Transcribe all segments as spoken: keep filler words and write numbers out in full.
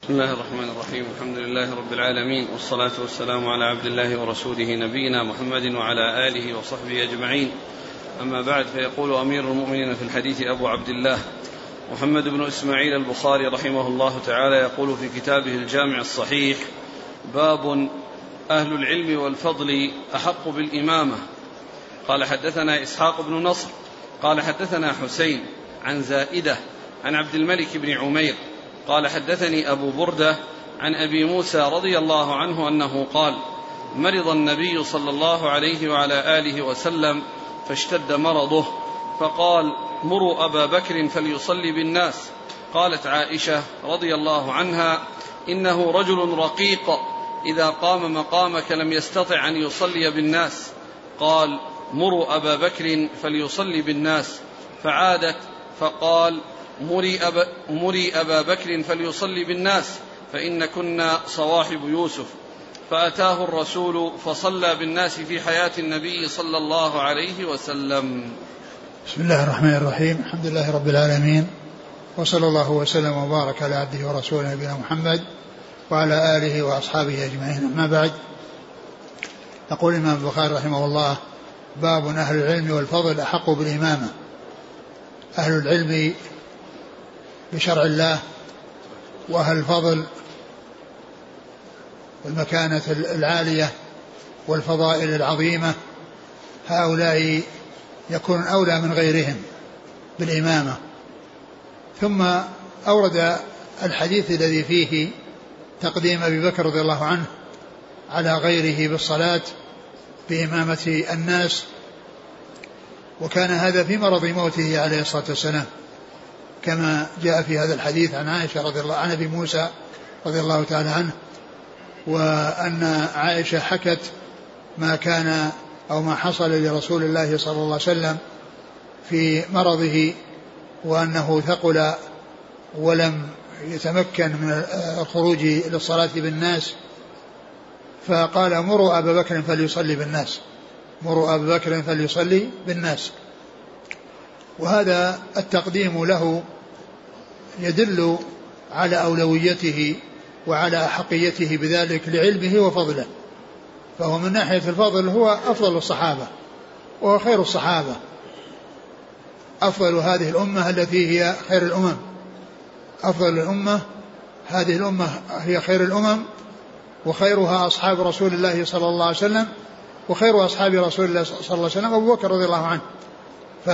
بسم الله الرحمن الرحيم. الحمد لله رب العالمين، والصلاة والسلام على عبد الله ورسوله نبينا محمد وعلى آله وصحبه أجمعين. أما بعد، فيقول أمير المؤمنين في الحديث أبو عبد الله محمد بن إسماعيل البخاري رحمه الله تعالى، يقول في كتابه الجامع الصحيح: باب أهل العلم والفضل أحق بالإمامة. قال حدثنا إسحاق بن نصر قال حدثنا حسين عن زائدة عن عبد الملك بن عمير قال حدثني أبو بردة عن أبي موسى رضي الله عنه أنه قال: مرض النبي صلى الله عليه وعلى آله وسلم فاشتد مرضه، فقال: مروا أبا بكر فليصلي بالناس. قالت عائشة رضي الله عنها: إنه رجل رقيق إذا قام مقامك لم يستطع أن يصلي بالناس. قال: مروا أبا بكر فليصلي بالناس. فعادت فقال: مري أبا, مري أبا بكر فليصلي بالناس، فإن كنا صواحب يوسف. فأتاه الرسول فصلى بالناس في حياة النبي صلى الله عليه وسلم. بسم الله الرحمن الرحيم. الحمد لله رب العالمين، وصلى الله وسلم وبارك على عبده ورسوله نبينا محمد وعلى آله وأصحابه أجمعين. أما بعد، يقول الإمام البخاري رحمه الله: باب أهل العلم والفضل أحق بالإمامة. أهل العلم بشرع الله وأهل الفضل والمكانة العالية والفضائل العظيمة، هؤلاء يكون أولى من غيرهم بالإمامة. ثم أورد الحديث الذي فيه تقديم أبي بكر رضي الله عنه على غيره بالصلاة بإمامة الناس، وكان هذا في مرض موته عليه الصلاة والسلام، كما جاء في هذا الحديث عن عائشة رضي الله عن أبي موسى رضي الله تعالى عنه، وأن عائشة حكت ما كان أو ما حصل لرسول الله صلى الله عليه وسلم في مرضه، وأنه ثقل ولم يتمكن من الخروج للصلاة بالناس، فقال: مروا أبا بكر فليصلي بالناس، مروا أبا بكر فليصلي بالناس. وهذا التقديم له يدل على أولويته وعلى أحقيته بذلك لعلمه وفضله، فهو من ناحية الفضل هو أفضل الصحابة وهو خير الصحابة، أفضل هذه الأمة التي هي خير الأمم، أفضل الأمة هذه الأمة هي خير الأمم، وخيرها أصحاب رسول الله صلى الله عليه وسلم، وخير أصحاب رسول الله صلى الله عليه وسلم أبو بكر رضي الله عنه. ف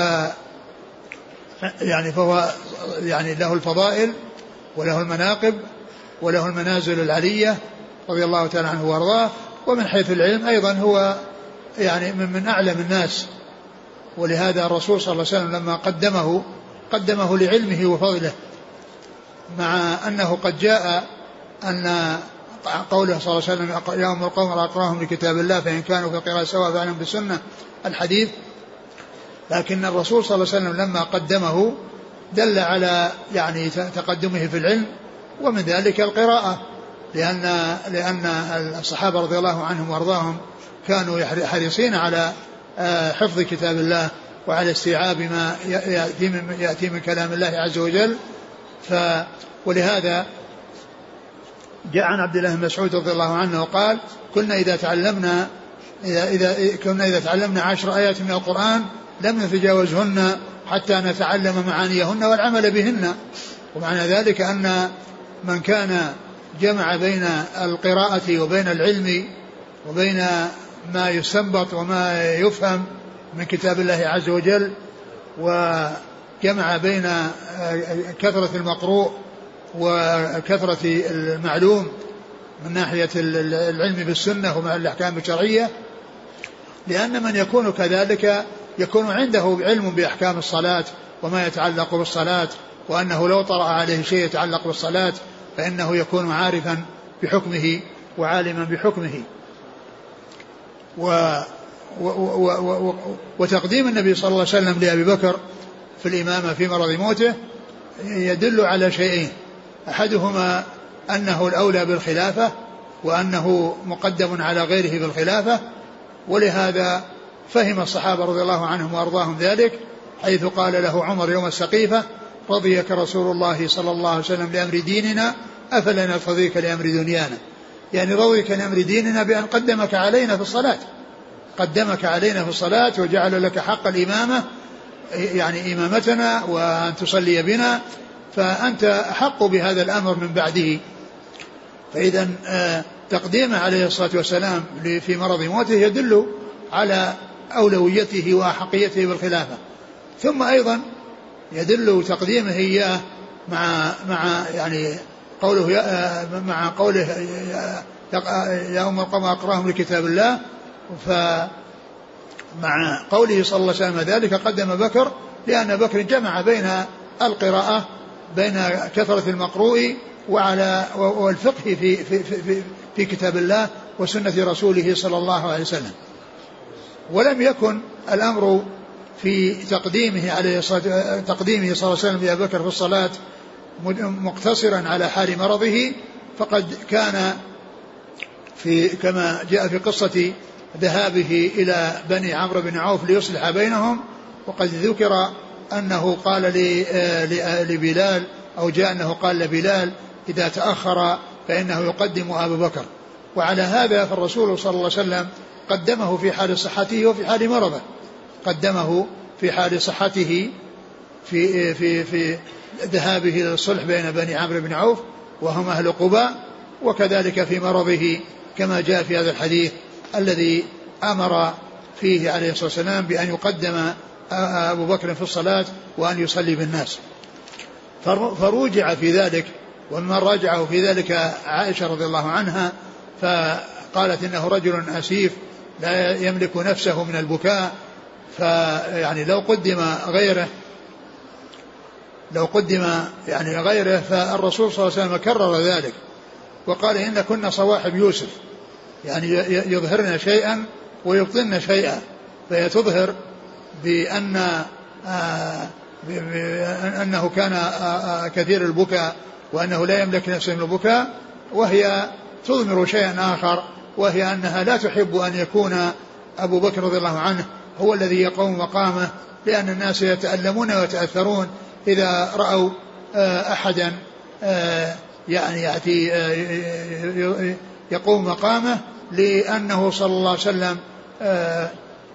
يعني فهو يعني له الفضائل وله المناقب وله المنازل العلية رضي الله تعالى عنه وارضاه. ومن حيث العلم أيضا هو يعني من, من أعلم الناس، ولهذا الرسول صلى الله عليه وسلم لما قدمه قدمه لعلمه وفضله، مع أنه قد جاء أن قوله صلى الله عليه وسلم: يوم القوم أقراهم لكتاب الله فإن كانوا في القراءة سواء فأعلم بالسنة، الحديث. لكن الرسول صلى الله عليه وسلم لما قدمه دل على يعني تقدمه في العلم، ومن ذلك القراءة، لأن لأن الصحابة رضي الله عنهم وارضاهم كانوا حريصين على حفظ كتاب الله وعلى استيعاب ما يأتي من, يأتي من كلام الله عز وجل. ف ولهذا جاء عن عبد الله بن مسعود رضي الله عنه وقال: كنا إذا تعلمنا إذا إذا كنا إذا تعلمنا عشر آيات من القرآن لم نتجاوزهن حتى نتعلم معانيهن والعمل بهن. ومعنى ذلك أن من كان جمع بين القراءة وبين العلم وبين ما يستنبط وما يفهم من كتاب الله عز وجل، وجمع بين كثرة المقروء وكثرة المعلوم من ناحية العلم بالسنة ومع الأحكام الشرعية، لأن من يكون كذلك يكون عنده علم بأحكام الصلاة وما يتعلق بالصلاة، وأنه لو طرأ عليه شيء يتعلق بالصلاة فإنه يكون عارفا بحكمه وعالما بحكمه. و و و و وتقديم النبي صلى الله عليه وسلم لأبي بكر في الإمامة في مرض موته يدل على شيئين: أحدهما أنه الأولى بالخلافة وأنه مقدم على غيره بالخلافة، ولهذا فهم الصحابة رضي الله عنهم وأرضاهم ذلك، حيث قال له عمر يوم السقيفة: رضيك رسول الله صلى الله عليه وسلم لأمر ديننا أفلا نرتضيك لأمر دنيانا، يعني رضيك لأمر ديننا بأن قدمك علينا في الصلاة، قدمك علينا في الصلاة وجعل لك حق الإمامة، يعني إمامتنا وأن تصلي بنا، فأنت أحق بهذا الأمر من بعده. فإذا تقديمه عليه الصلاة والسلام في مرض موته يدل على أولويته وأحقيته بالخلافة. ثم أيضا يدل تقديمه إياه مع مع يعني قوله مع قوله يا أم القوم أقراهم لكتاب الله، فمع قوله صلى الله عليه وسلم ذلك قدم بكر، لأن بكر جمع بين القراءة بين كثرة المقروء وعلى والفقه في في في في, في كتاب الله وسنة رسوله صلى الله عليه وسلم. ولم يكن الأمر في تقديمه عليه الصلاة تقديمه صلى الله عليه وسلم لأبي بكر في الصلاة مقتصرا على حال مرضه، فقد كان في كما جاء في قصة ذهابه إلى بني عمرو بن عوف ليصلح بينهم، وقد ذكر أنه قال لبلال أو جاء أنه قال لبلال إذا تأخر فإنه يقدم أبو بكر. وعلى هذا فالرسول صلى الله عليه وسلم قدمه في حال صحته وفي حال مرضه، قدمه في حال صحته في في في ذهابه للصلح بين بني عمرو بن عوف وهم أهل قباء، وكذلك في مرضه كما جاء في هذا الحديث الذي أمر فيه عليه الصلاة والسلام بأن يقدم أبو بكر في الصلاة وأن يصلي بالناس. فروجع في ذلك، ومن راجعه في ذلك عائشة رضي الله عنها، فقالت إنه رجل أسيف لا يملك نفسه من البكاء، فيعني لو قدم غيره لو قدم يعني غيره فالرسول صلى الله عليه وسلم كرر ذلك وقال إن كنا صواحب يوسف، يعني يظهرن شيئا ويبطن شيئا، فهي تظهر بأن آه أنه كان آه كثير البكاء وأنه لا يملك نفسه من البكاء، وهي تضمر شيئا آخر، وهي أنها لا تحب أن يكون أبو بكر رضي الله عنه هو الذي يقوم مقامه، لأن الناس يتألمون ويتأثرون إذا رأوا آه أحدا آه يعني يأتي آه يقوم مقامه، لأنه صلى الله عليه وسلم آه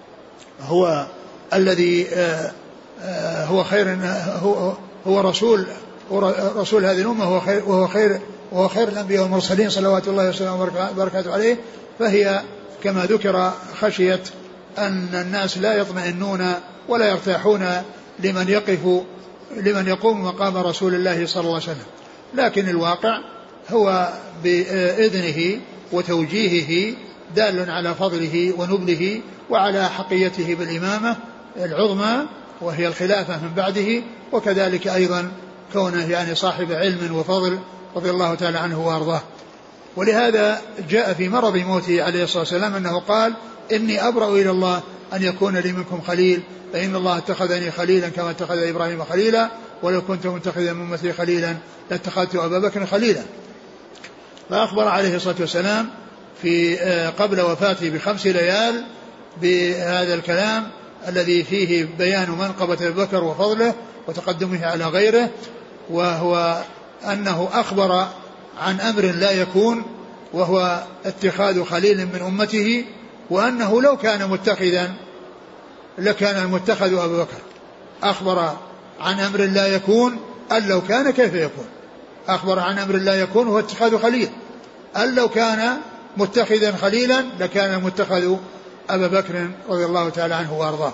هو الذي آه آه هو خير هو, هو رسول رسول هذه الأمة، وهو خير وهو خير وهو خير الأنبياء والمرسلين صلوات الله وسلامه وبركاته عليه. فهي كما ذكر خشية أن الناس لا يطمئنون ولا يرتاحون لمن يقف لمن يقوم مقام رسول الله صلى الله عليه وسلم، لكن الواقع هو بإذنه وتوجيهه دال على فضله ونبله وعلى حقيته بالإمامة العظمى وهي الخلافة من بعده، وكذلك أيضا كونه يعني صاحب علم وفضل رضي الله تعالى عنه وأرضاه. ولهذا جاء في مرض موته عليه الصلاة والسلام أنه قال إني أبرأ إلى الله أن يكون لي منكم خليل، فإن الله اتخذني خليلا كما اتخذ إبراهيم خليلا، ولو كنت متخذا من أمتي خليلا لاتخذت أبا بكر خليلا. فأخبر عليه الصلاة والسلام في قبل وفاته بخمس ليال بهذا الكلام الذي فيه بيان منقبة أبي بكر وفضله وتقدمه على غيره، وهو أنه أخبر عن أمر لا يكون وهو اتخاذ خليل من أمته، وأنه لو كان متخذا لكان المتخذ أبو بكر. أخبر عن أمر لا يكون أن لو كان كيف يكون، أخبر عن أمر لا يكون هو اتخاذ خليل، أن لو كان متخذا خليلا لكان المتخذ أبا بكر رضي الله تعالى عنه وأرضاه.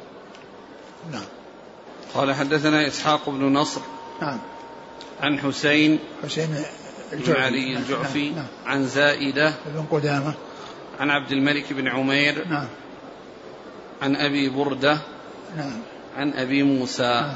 نعم. قال حدثنا إسحاق بن نصر نعم عن حسين حسين بن علي الجعفي نعم. نعم. عن زائدة بن قدامة عن عبد الملك بن عمير نعم. عن أبي بردة نعم. عن أبي موسى نعم.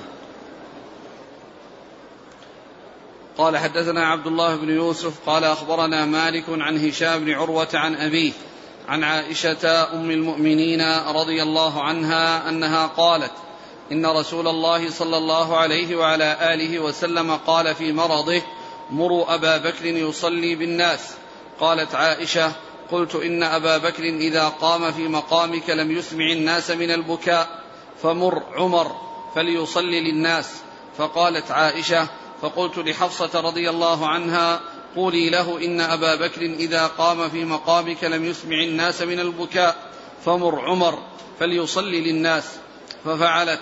قال حدثنا عبد الله بن يوسف قال أخبرنا مالك عن هشام بن عروة عن أبيه عن عائشة أم المؤمنين رضي الله عنها أنها قالت إن رسول الله صلى الله عليه وعلى آله وسلم قال في مرضه مروا أبا بكر يصلي بالناس. قالت عائشة قلت إن أبا بكر إذا قام في مقامك لم يسمع الناس من البكاء فمر عمر فليصلي للناس. فقالت عائشة فقلت لحفصة رضي الله عنها قولي له إن أبا بكر إذا قام في مقامك لم يسمع الناس من البكاء فمر عمر فليصلي للناس. ففعلت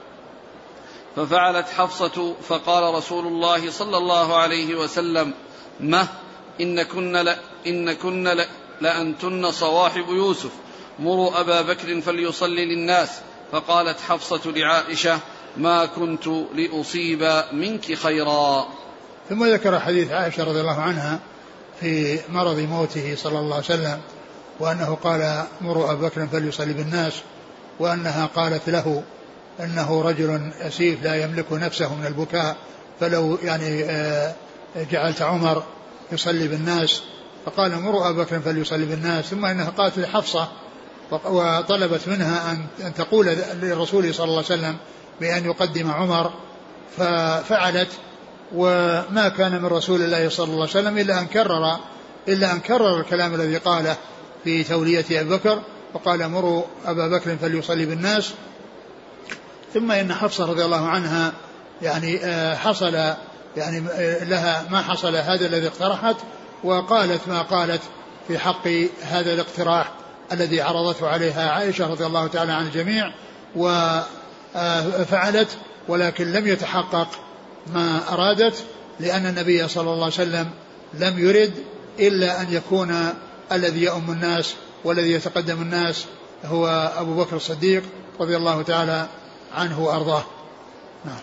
ففعلت حفصة فقال رسول الله صلى الله عليه وسلم مه إن كن, ل... إن كن ل... لأنتن صواحب يوسف مروا أبا بكر فليصلي للناس. فقالت حفصة لعائشة ما كنت لأصيب منك خيرا. ثم ذكر حديث عائشة رضي الله عنها في مرض موته صلى الله عليه وسلم وأنه قال مروا أبا بكر فليصلي بالناس، وأنها قالت له أنه رجل أسيف لا يملك نفسه من البكاء فلو يعني جعلت عمر يصلي بالناس، فقال مروا أبا بكر فليصلي بالناس. ثم إنها قالت لحفصة وطلبت منها أن تقول للرسول صلى الله عليه وسلم بأن يقدم عمر، ففعلت. وما كان من رسول الله صلى الله عليه وسلم إلا أن كرر إلا أن كرر الكلام الذي قاله في تولية أبي بكر، وقال مروا أبا بكر فليصلي بالناس. ثم إن حفصة رضي الله عنها يعني حصل يعني لها ما حصل هذا الذي اقترحت، وقالت ما قالت في حق هذا الاقتراح الذي عرضته عليها عائشة رضي الله تعالى عن الجميع، وفعلت ولكن لم يتحقق ما أرادت، لأن النبي صلى الله عليه وسلم لم يرد إلا أن يكون الذي يؤم الناس والذي يتقدم الناس هو أبو بكر الصديق رضي الله تعالى عنه وأرضاه. نعم.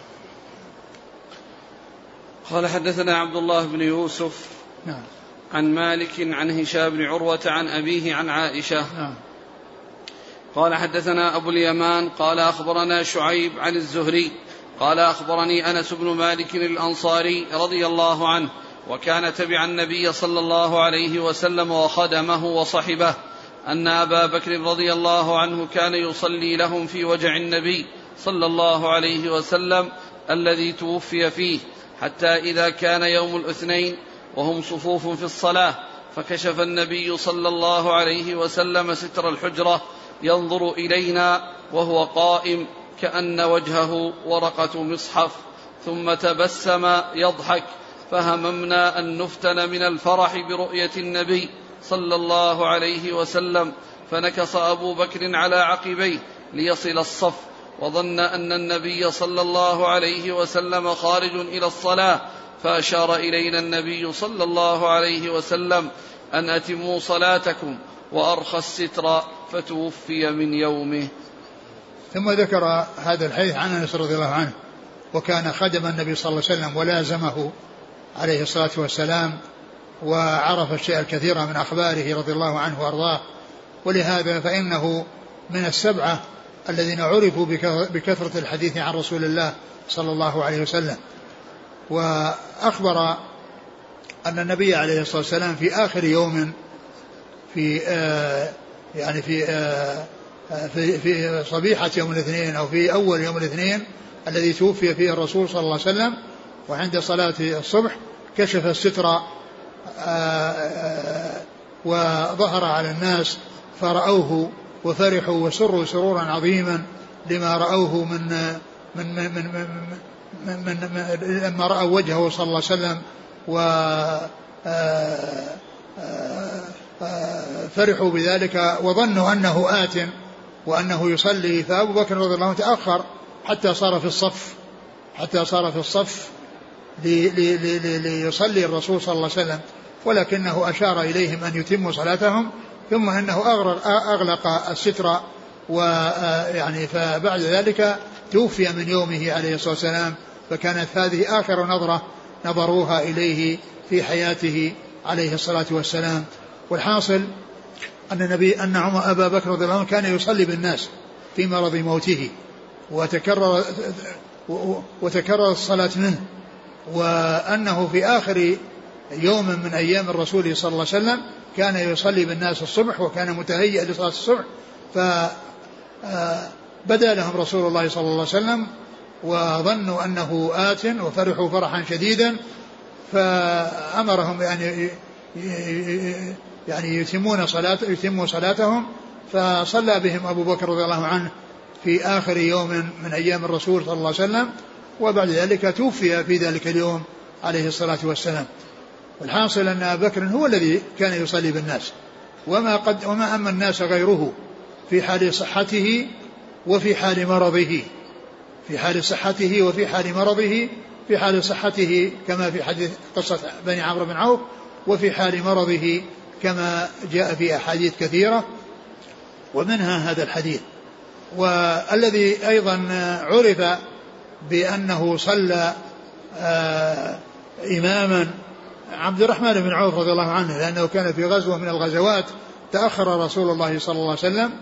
قال حدثنا عبد الله بن يوسف نعم. عن مالك عن هشام بن عروة عن أبيه عن عائشة نعم. قال حدثنا أبو اليمان قال أخبرنا شعيب عن الزهري قال أخبرني أنس بن مالك الأنصاري رضي الله عنه وكان تبع النبي صلى الله عليه وسلم وخدمه وصحبه أن أبا بكر رضي الله عنه كان يصلي لهم في وجع النبي صلى الله عليه وسلم الذي توفي فيه، حتى إذا كان يوم الاثنين وهم صفوف في الصلاة فكشف النبي صلى الله عليه وسلم ستر الحجرة ينظر إلينا وهو قائم كأن وجهه ورقة مصحف، ثم تبسم يضحك، فهممنا أن نفتن من الفرح برؤية النبي صلى الله عليه وسلم، فنكص أبو بكر على عقبيه ليصل الصف، وظن أن النبي صلى الله عليه وسلم خارج إلى الصلاة، فأشار إلينا النبي صلى الله عليه وسلم أن أتموا صلاتكم وأرخى الستر، فتوفي من يومه. ثم ذكر هذا الحديث عن أنس رضي الله عنه، وكان خدم النبي صلى الله عليه وسلم ولازمه عليه الصلاة والسلام، وعرف الشيء الكثير من أخباره رضي الله عنه وأرضاه، ولهذا فإنه من السبعة الذين عرفوا بكثرة الحديث عن رسول الله صلى الله عليه وسلم. وأخبر أن النبي عليه الصلاة والسلام في آخر يوم في آه يعني في آه في في صبيحة يوم الاثنين أو في أول يوم الاثنين الذي توفي فيه الرسول صلى الله عليه وسلم، وعند صلاة الصبح كشف الستر وظهر على الناس فرأوه وفرحوا وسروا سرورا عظيما لما رأوه من من من من, من, من, من لما رأوا وجهه صلى الله عليه وسلم، وفرحوا بذلك وظنوا أنه آت وأنه يصلي. فأبو بكر رضي الله عنه تأخر حتى صار في الصف حتى صار في الصف ليصلي الرسول صلى الله عليه وسلم، ولكنه أشار إليهم أن يتموا صلاتهم، ثم أنه أغلق الستر، ويعني فبعد ذلك توفي من يومه عليه الصلاة والسلام. فكانت هذه آخر نظرة نظروها إليه في حياته عليه الصلاة والسلام. والحاصل أن النبي أن عمر أبا بكر رضي الله عنه كان يصلي بالناس في مرض موته، وتكرر وتكرر الصلاة منه، وأنه في آخر يوم من أيام الرسول صلى الله عليه وسلم كان يصلي بالناس الصبح، وكان متهيئ لصلاة الصبح، فبدأ لهم رسول الله صلى الله عليه وسلم وظنوا أنه آت وفرحوا فرحا شديدا، فأمرهم يعني يعني يتمون صلاة يتموا صلاتهم، فصلى بهم أبو بكر رضي الله عنه في آخر يوم من أيام الرسول صلى الله عليه وسلم، وبعد ذلك توفي في ذلك اليوم عليه الصلاة والسلام. والحاصل أن أبا بكر هو الذي كان يصلي بالناس، وما, قد وما أما الناس غيره في حال صحته وفي حال مرضه، في حال صحته وفي حال مرضه. في حال صحته كما في حديث قصة بني عمرو بن عوف، وفي حال مرضه كما جاء في أحاديث كثيرة، ومنها هذا الحديث. والذي أيضا عرف بأنه صلى آه إماما عبد الرحمن بن عوف رضي الله عنه، لأنه كان في غزوة من الغزوات تأخر رسول الله صلى الله عليه وسلم،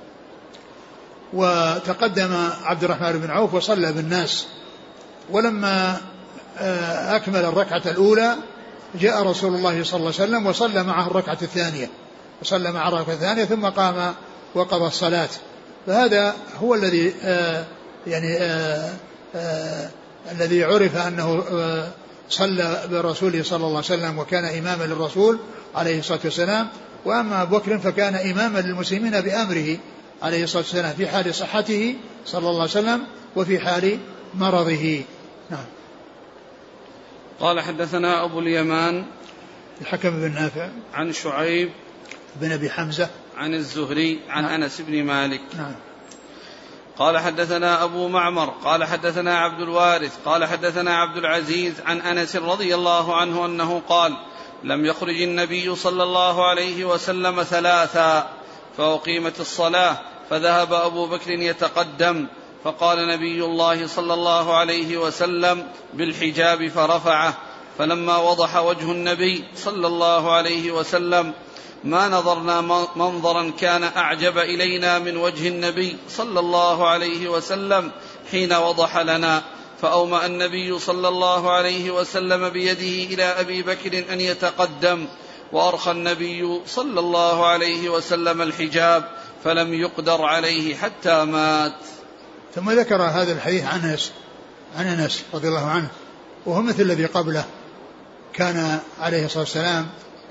وتقدم عبد الرحمن بن عوف وصلى بالناس، ولما أكمل الركعة الأولى جاء رسول الله صلى الله عليه وسلم وصلى معه الركعة الثانية وصلى معه الركعة الثانية ثم قام وقضى الصلاة. فهذا هو الذي آه يعني آه آه الذي عرف أنه آه صلى بالرسول صلى الله عليه وسلم وكان إماما للرسول عليه الصلاة والسلام. وأما أبو بكر فكان إماما للمسلمين بأمره عليه الصلاة والسلام في حال صحته صلى الله عليه وسلم وفي حال مرضه. نعم. قال حدثنا أبو اليمان الحكم بن نافع عن شعيب بن أبي حمزة عن الزهري عن نعم. أنس بن مالك. نعم. قال حدثنا أبو معمر قال حدثنا عبد الوارث قال حدثنا عبد العزيز عن أنس رضي الله عنه أنه قال لم يخرج النبي صلى الله عليه وسلم ثلاثا فأقيمت الصلاة فذهب أبو بكر يتقدم فقال نبي الله صلى الله عليه وسلم بالحجاب فرفعه، فلما وضح وجه النبي صلى الله عليه وسلم ما نظرنا منظرا كان أعجب إلينا من وجه النبي صلى الله عليه وسلم حين وضح لنا، فأومأ النبي صلى الله عليه وسلم بيده إلى أبي بكر أن يتقدم، وأرخى النبي صلى الله عليه وسلم الحجاب فلم يقدر عليه حتى مات. ثم ذكر هذا الحديث عن أنس عن أنس رضي الله عنه، وهو مثل الذي قبله، كان عليه الصلاة والسلام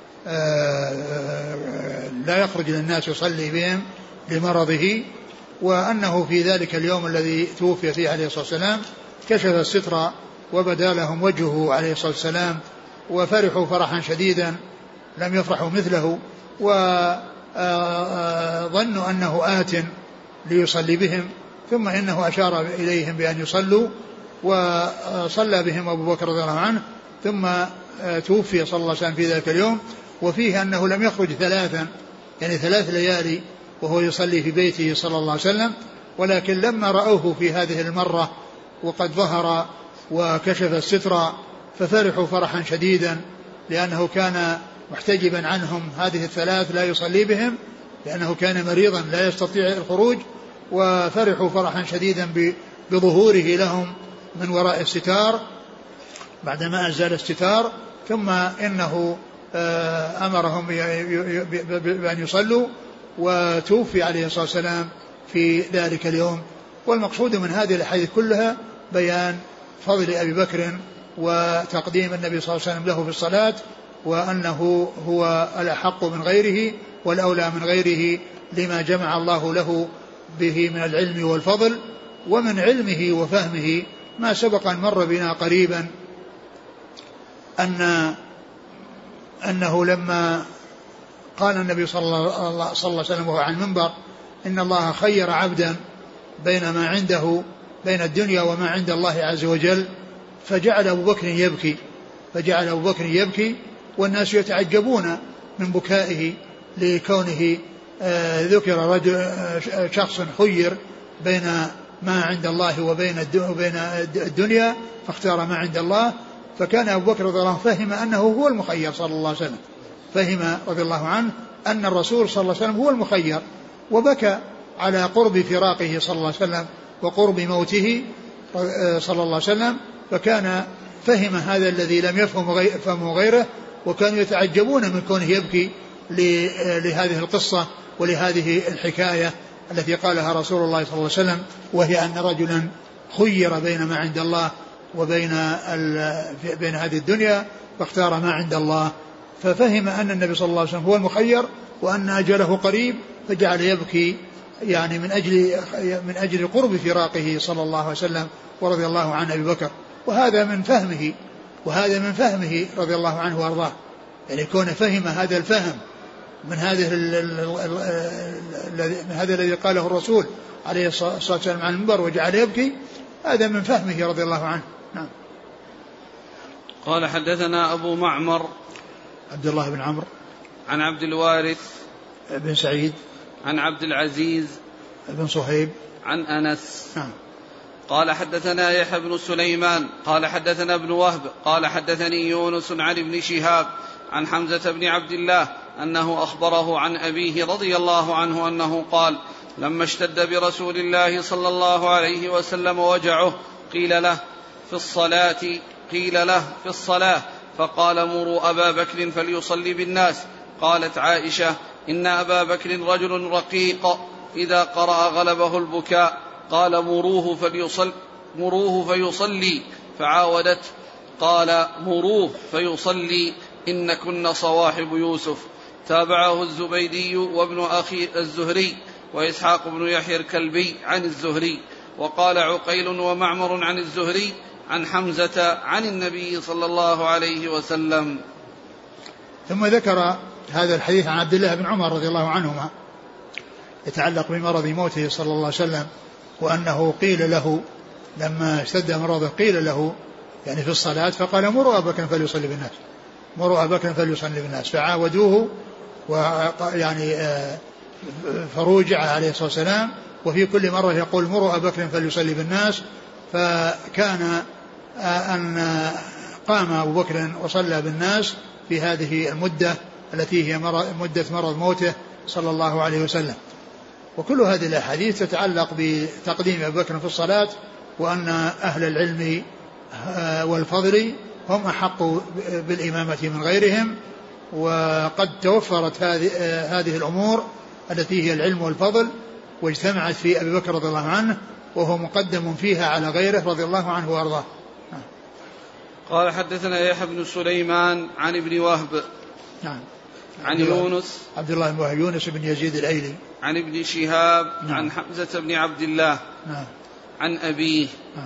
لا يخرج للناس يصلي بهم لمرضه، وأنه في ذلك اليوم الذي توفي فيه عليه الصلاة والسلام كشف الستر وبدا لهم وجهه عليه الصلاة والسلام، وفرحوا فرحا شديدا لم يفرحوا مثله، وظنوا أنه آت ليصلي بهم، ثم إنه أشار إليهم بأن يصلوا، وصلى بهم أبو بكر رضي الله عنه، ثم توفي صلى الله عليه وسلم في ذلك اليوم. وفيه أنه لم يخرج ثلاثا يعني ثلاث ليالي وهو يصلي في بيته صلى الله عليه وسلم، ولكن لما رأوه في هذه المرة وقد ظهر وكشف الستر ففرحوا فرحا شديدا، لأنه كان محتجبا عنهم هذه الثلاث لا يصلي بهم، لأنه كان مريضا لا يستطيع الخروج، وفرحوا فرحا شديدا بظهوره لهم من وراء الستار بعدما أزال الستار. ثم إنه أمرهم بأن يصلوا، وتوفي عليه الصلاة والسلام في ذلك اليوم. والمقصود من هذه الأحاديث كلها بيان فضل أبي بكر وتقديم النبي صلى الله عليه وسلم له في الصلاة، وأنه هو الأحق من غيره والأولى من غيره لما جمع الله له به من العلم والفضل. ومن علمه وفهمه ما سبق أن مر بنا قريبا أن أنه لما قال النبي صلى الله عليه وسلم وهو على المنبر إن الله خير عبدا بين ما عنده بين الدنيا وما عند الله عز وجل، فجعل أبو بكر يبكي فجعل أبو بكر يبكي والناس يتعجبون من بكائه لكونه ذكر رجل شخص خير بين ما عند الله وبين الدنيا فاختار ما عند الله. فكان أبو بكر رضي الله عنه فهم أنه هو المخير صلى الله عليه وسلم، فهم رضي الله عنه أن الرسول صلى الله عليه وسلم هو المخير، وبكى على قرب فراقه صلى الله عليه وسلم وقرب موته صلى الله عليه وسلم. فكان فهم هذا الذي لم يفهمه غيره، وكانوا يتعجبون من كونه يبكي لهذه القصة ولهذه الحكاية التي قالها رسول الله صلى الله عليه وسلم، وهي أن رجلا خير بين ما عند الله وبين بين هذه الدنيا فاختار ما عند الله. ففهم أن النبي صلى الله عليه وسلم هو المخير وأن أجله قريب، فجعل يبكي يعني من أجل من أجل قرب فراقه صلى الله عليه وسلم ورضي الله عن أبي بكر. وهذا من فهمه وهذا من فهمه رضي الله عنه وارضاه. يعني كون فهم هذا الفهم من هذه من هذا الذي قاله الرسول عليه الصلاة والسلام عن المنبر وجعل يبكي، هذا من فهمه رضي الله عنه. نعم. قال حدثنا أبو معمر عبد الله بن عمرو عن عبد الوارث بن سعيد عن عبد العزيز بن صهيب عن أنس. نعم. قال حدثنا يحيى بن سليمان قال حدثنا ابن وهب قال حدثني يونس عن ابن شهاب عن حمزة بن عبد الله أنه أخبره عن أبيه رضي الله عنه أنه قال لما اشتد برسول الله صلى الله عليه وسلم وجعه قيل له في الصلاة قيل له في الصلاة فقال مروا أبا بكر فليصلي بالناس. قالت عائشة إن أبا بكر رجل رقيق إذا قرأ غلبه البكاء. قال مروه فليصل مروه فيصلي فعاودت قال مروه فيصلي إن كن صواحب يوسف. تابعه الزبيدي وابن أخي الزهري وإسحاق بن يحيى الكلبي عن الزهري. وقال عقيل ومعمر عن الزهري عن حمزة عن النبي صلى الله عليه وسلم. ثم ذكر هذا الحديث عن عبد الله بن عمر رضي الله عنهما يتعلق بمرض موته صلى الله عليه وسلم، وأنه قيل له لما اشتد مرضه قيل له يعني في الصلاة فقال مروا أبا بكر فليصلي بالناس مروا أبا بكر فليصلي بالناس فعاودوه ويعني فروجع عليه الصلاة والسلام، وفي كل مرة يقول مروا أبا بكر فليصلي بالناس. فكان أن قام أبو بكر وصلى بالناس في هذه المدة التي هي مدة مرض موته صلى الله عليه وسلم. وكل هذه الأحاديث تتعلق بتقديم أبي بكر في الصلاة، وأن أهل العلم والفضل هم أحق بالإمامة من غيرهم. وقد توفرت هذه هذه الأمور التي هي العلم والفضل واجتمعت في أبي بكر رضي الله عنه، وهو مقدم فيها على غيره رضي الله عنه وأرضاه. قال حدثنا يحيى بن سليمان عن ابن وهب نعم عن يونس عبد الله بن وهب يونس بن يزيد الأيلي عن ابن شهاب نعم. عن حمزة بن عبد الله نعم. عن أبيه نعم.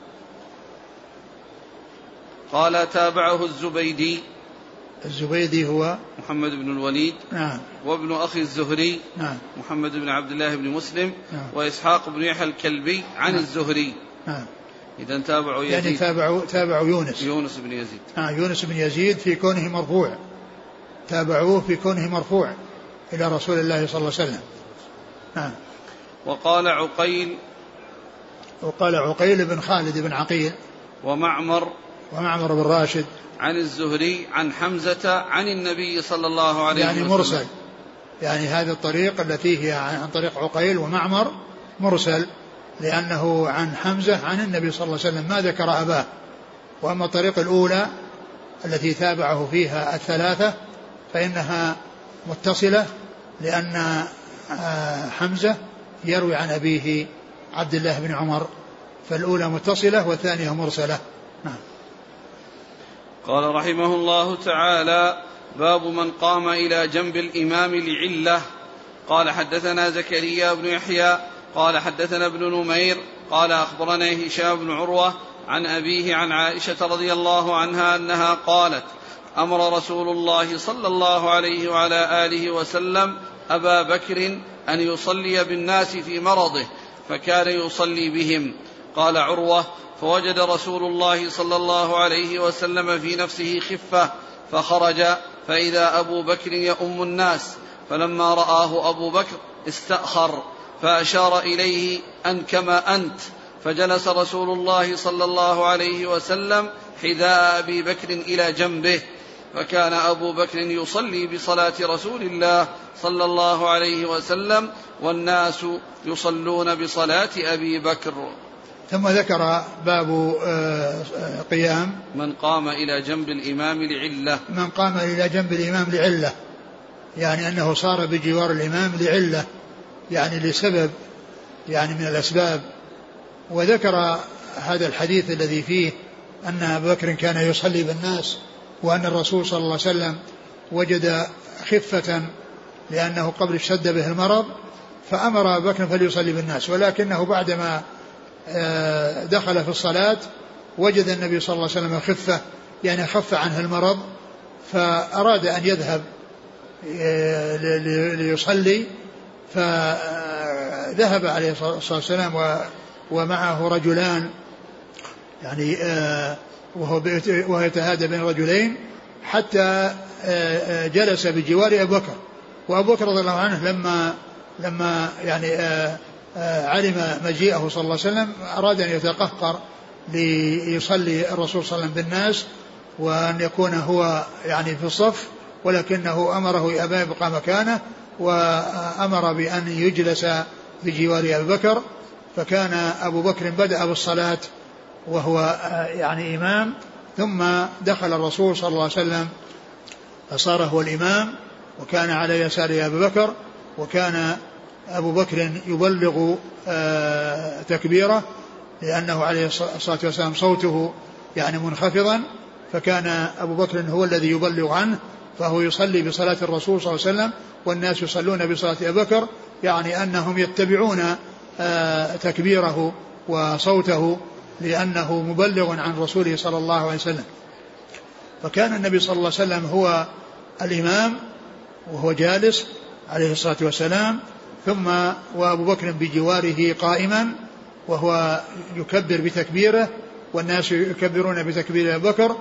قال تابعه الزبيدي الزبيدي هو محمد بن الوليد نعم. وابن أخي الزهري نعم. محمد بن عبد الله بن مسلم نعم. وإسحاق بن يحيى الكلبي عن نعم. الزهري. نعم. إذن تابعوا يزيد يعني تابعوا تابعوا يونس يونس بن يزيد آه يونس بن يزيد في كونه مرفوع، تابعوه في كونه مرفوع إلى رسول الله صلى الله عليه وسلم. نعم. وقال عقيل وقال عقيل بن خالد بن عقيل ومعمر ومعمر بن راشد عن الزهري عن حمزة عن النبي صلى الله عليه يعني وسلم يعني مرسل، يعني هذه الطريق التي هي عن طريق عقيل ومعمر مرسل، لأنه عن حمزة عن النبي صلى الله عليه وسلم ما ذكر أباه. وأما الطريق الأولى التي تابعه فيها الثلاثة فإنها متصلة، لأن حمزة يروي عن أبيه عبد الله بن عمر، فالأولى متصلة والثانية مرسلة. نعم. قال رحمه الله تعالى باب من قام إلى جنب الإمام لعلة. قال حدثنا زكريا بن يحيى قال حدثنا ابن نمير قال أخبرنا هشام بن عروة عن أبيه عن عائشة رضي الله عنها أنها قالت أمر رسول الله صلى الله عليه وعلى آله وسلم أبا بكر أن يصلي بالناس في مرضه فكان يصلي بهم. قال عروة فوجد رسول الله صلى الله عليه وسلم في نفسه خفة فخرج فإذا أبو بكر يؤم الناس، فلما رآه أبو بكر استأخر فأشار إليه أن كما أنت، فجلس رسول الله صلى الله عليه وسلم حذاء أبي بكر إلى جنبه، فكان أبو بكر يصلي بصلاة رسول الله صلى الله عليه وسلم والناس يصلون بصلاة أبي بكر. ثم ذكر باب قيام من قام إلى جنب الإمام لعلة. من قام إلى جنب الإمام لعلة، يعني أنه صار بجوار الإمام لعلة، يعني لسبب يعني من الأسباب. وذكر هذا الحديث الذي فيه أن أبا بكر كان يصلي بالناس، وأن الرسول صلى الله عليه وسلم وجد خفة لأنه قبل اشتد به المرض فأمر أبا بكر فليصلي بالناس، ولكنه بعدما دخل في الصلاة وجد النبي صلى الله عليه وسلم خفة، يعني خف عنه المرض فأراد أن يذهب ليصلي، فذهب عليه الصلاة والسلام ومعه رجلان يعني وهو يتهادى بين رجلين حتى جلس بجوار أبي بكر. وأبو بكر رضي الله عنه لما لما يعني علم مجيئه صلى الله عليه وسلم أراد أن يتقهقر ليصلي الرسول صلى الله عليه وسلم بالناس وأن يكون هو يعني في الصف، ولكنه أمره أبا يبقى مكانه وأمر بأن يجلس بجوار أبي بكر. فكان أبو بكر بدأ بالصلاة وهو يعني إمام، ثم دخل الرسول صلى الله عليه وسلم فصار هو الإمام، وكان على يسار أبي بكر، وكان أبو بكر يبلغ تكبيره لأنه عليه الصلاة والسلام صوته يعني منخفضا، فكان أبو بكر هو الذي يبلغ عنه، فهو يصلي بصلاة الرسول صلى الله عليه وسلم والناس يصلون بصلاة أبي بكر، يعني أنهم يتبعون تكبيره وصوته لأنه مبلغ عن رسوله صلى الله عليه وسلم. فكان النبي صلى الله عليه وسلم هو الإمام وهو جالس عليه الصلاة والسلام، ثم وأبو بكر بجواره قائما وهو يكبر بتكبيره والناس يكبرون بتكبير أبي بكر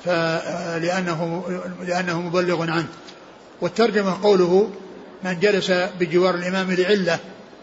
لأنه, لأنه مبلغ عنه. والترجمة قوله من جلس بجوار الإمام لعلة،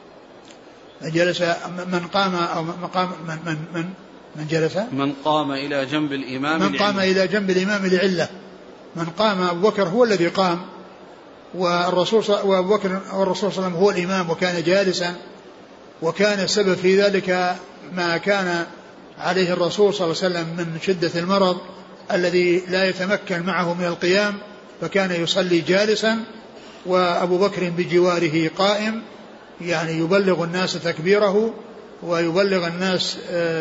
من جلس من قام أو من قام من من من, من جلس من قام إلى جنب الإمام من قام لعلة. إلى جنب الإمام لعلة. من قام أبو بكر هو الذي قام، والرسول وأبو بكر والرسول صلى الله عليه وسلم هو الإمام وكان جالسا، وكان السبب في ذلك ما كان عليه الرسول صلى الله عليه وسلم من شدة المرض الذي لا يتمكن معه من القيام، فكان يصلي جالسا وأبو بكر بجواره قائم، يعني يبلغ الناس تكبيره ويبلغ الناس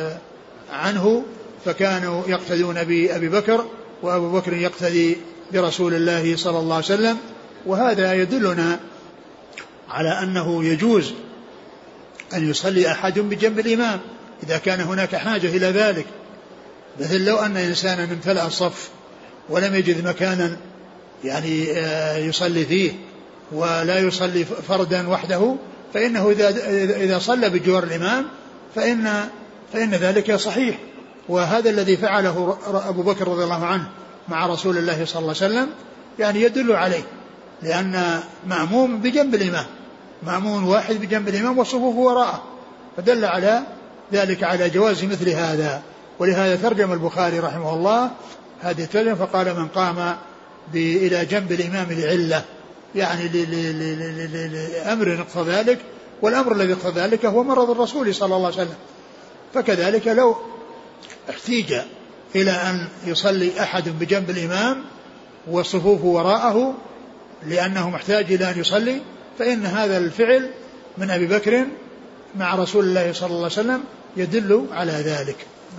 عنه، فكانوا يقتدون بأبي بكر وأبو بكر يقتدي برسول الله صلى الله عليه وسلم. وهذا يدلنا على أنه يجوز أن يصلي أحد بجنب الإمام إذا كان هناك حاجة إلى ذلك، مثل لو أن إنسانا امتلأ الصف ولم يجد مكانا يعني يصلي فيه ولا يصلي فردا وحده، فإنه إذا, إذا صلى بجوار الإمام فإن, فإن ذلك صحيح. وهذا الذي فعله أبو بكر رضي الله عنه مع رسول الله صلى الله عليه وسلم يعني يدل عليه، لأن مأموم بجنب الإمام، مأموم واحد بجنب الإمام والصفوف وراءه، فدل على ذلك على جواز مثل هذا. ولهذا ترجم البخاري رحمه الله هذه الترجمة فقال من قام إلى جنب الإمام لعلة، يعني لأمر اقتضى ذلك، والأمر الذي اقتضى ذلك هو مرض الرسول صلى الله عليه وسلم. فكذلك لو احتيج إلى أن يصلي أحد بجنب الإمام والصفوف وراءه لأنه محتاج إلى أن يصلي، فإن هذا الفعل من أبي بكر مع رسول الله صلى الله عليه وسلم يدل على ذلك.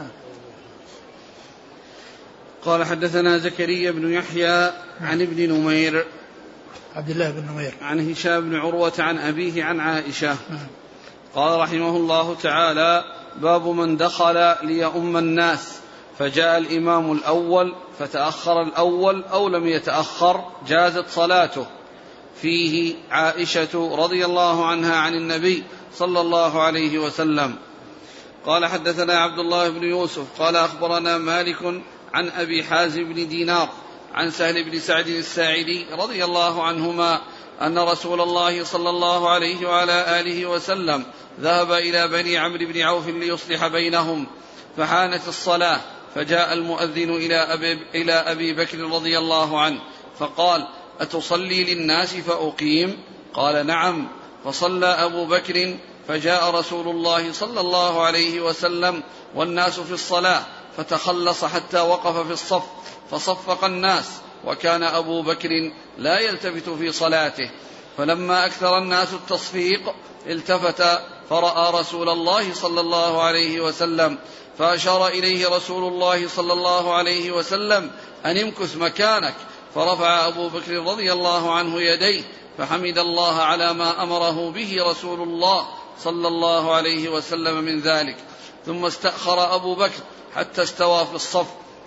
قال حدثنا زكريا بن يحيى عن ابن نمير عبد الله بن نمير عن هشام بن عروة عن أبيه عن عائشة قال رحمه الله تعالى: باب من دخل ليؤم الناس فجاء الإمام الأول فتأخر الأول أو لم يتأخر جازت صلاته. فيه عائشة رضي الله عنها عن النبي صلى الله عليه وسلم. قال حدثنا عبد الله بن يوسف قال أخبرنا مالك عن أبي حازم بن دينار عن سهل بن سعد الساعدي رضي الله عنهما أن رسول الله صلى الله عليه وعلى آله وسلم ذهب إلى بني عمرو بن عوف ليصلح بينهم، فحانت الصلاة فجاء المؤذن إلى أبي, إلى أبي بكر رضي الله عنه فقال: أتصلي للناس فأقيم؟ قال: نعم. فصلى أبو بكر فجاء رسول الله صلى الله عليه وسلم والناس في الصلاة فتخلص حتى وقف في الصف فصفق الناس، وكان أبو بكر لا يلتفت في صلاته، فلما أكثر الناس التصفيق التفت فرأى رسول الله صلى الله عليه وسلم فأشار إليه رسول الله صلى الله عليه وسلم أن امكث مكانك، فرفع أبو بكر رضي الله عنه يديه فحمد الله على ما أمره به رسول الله صلى الله عليه وسلم من ذلك، ثم استأخر أبو بكر حتى استوى في الصف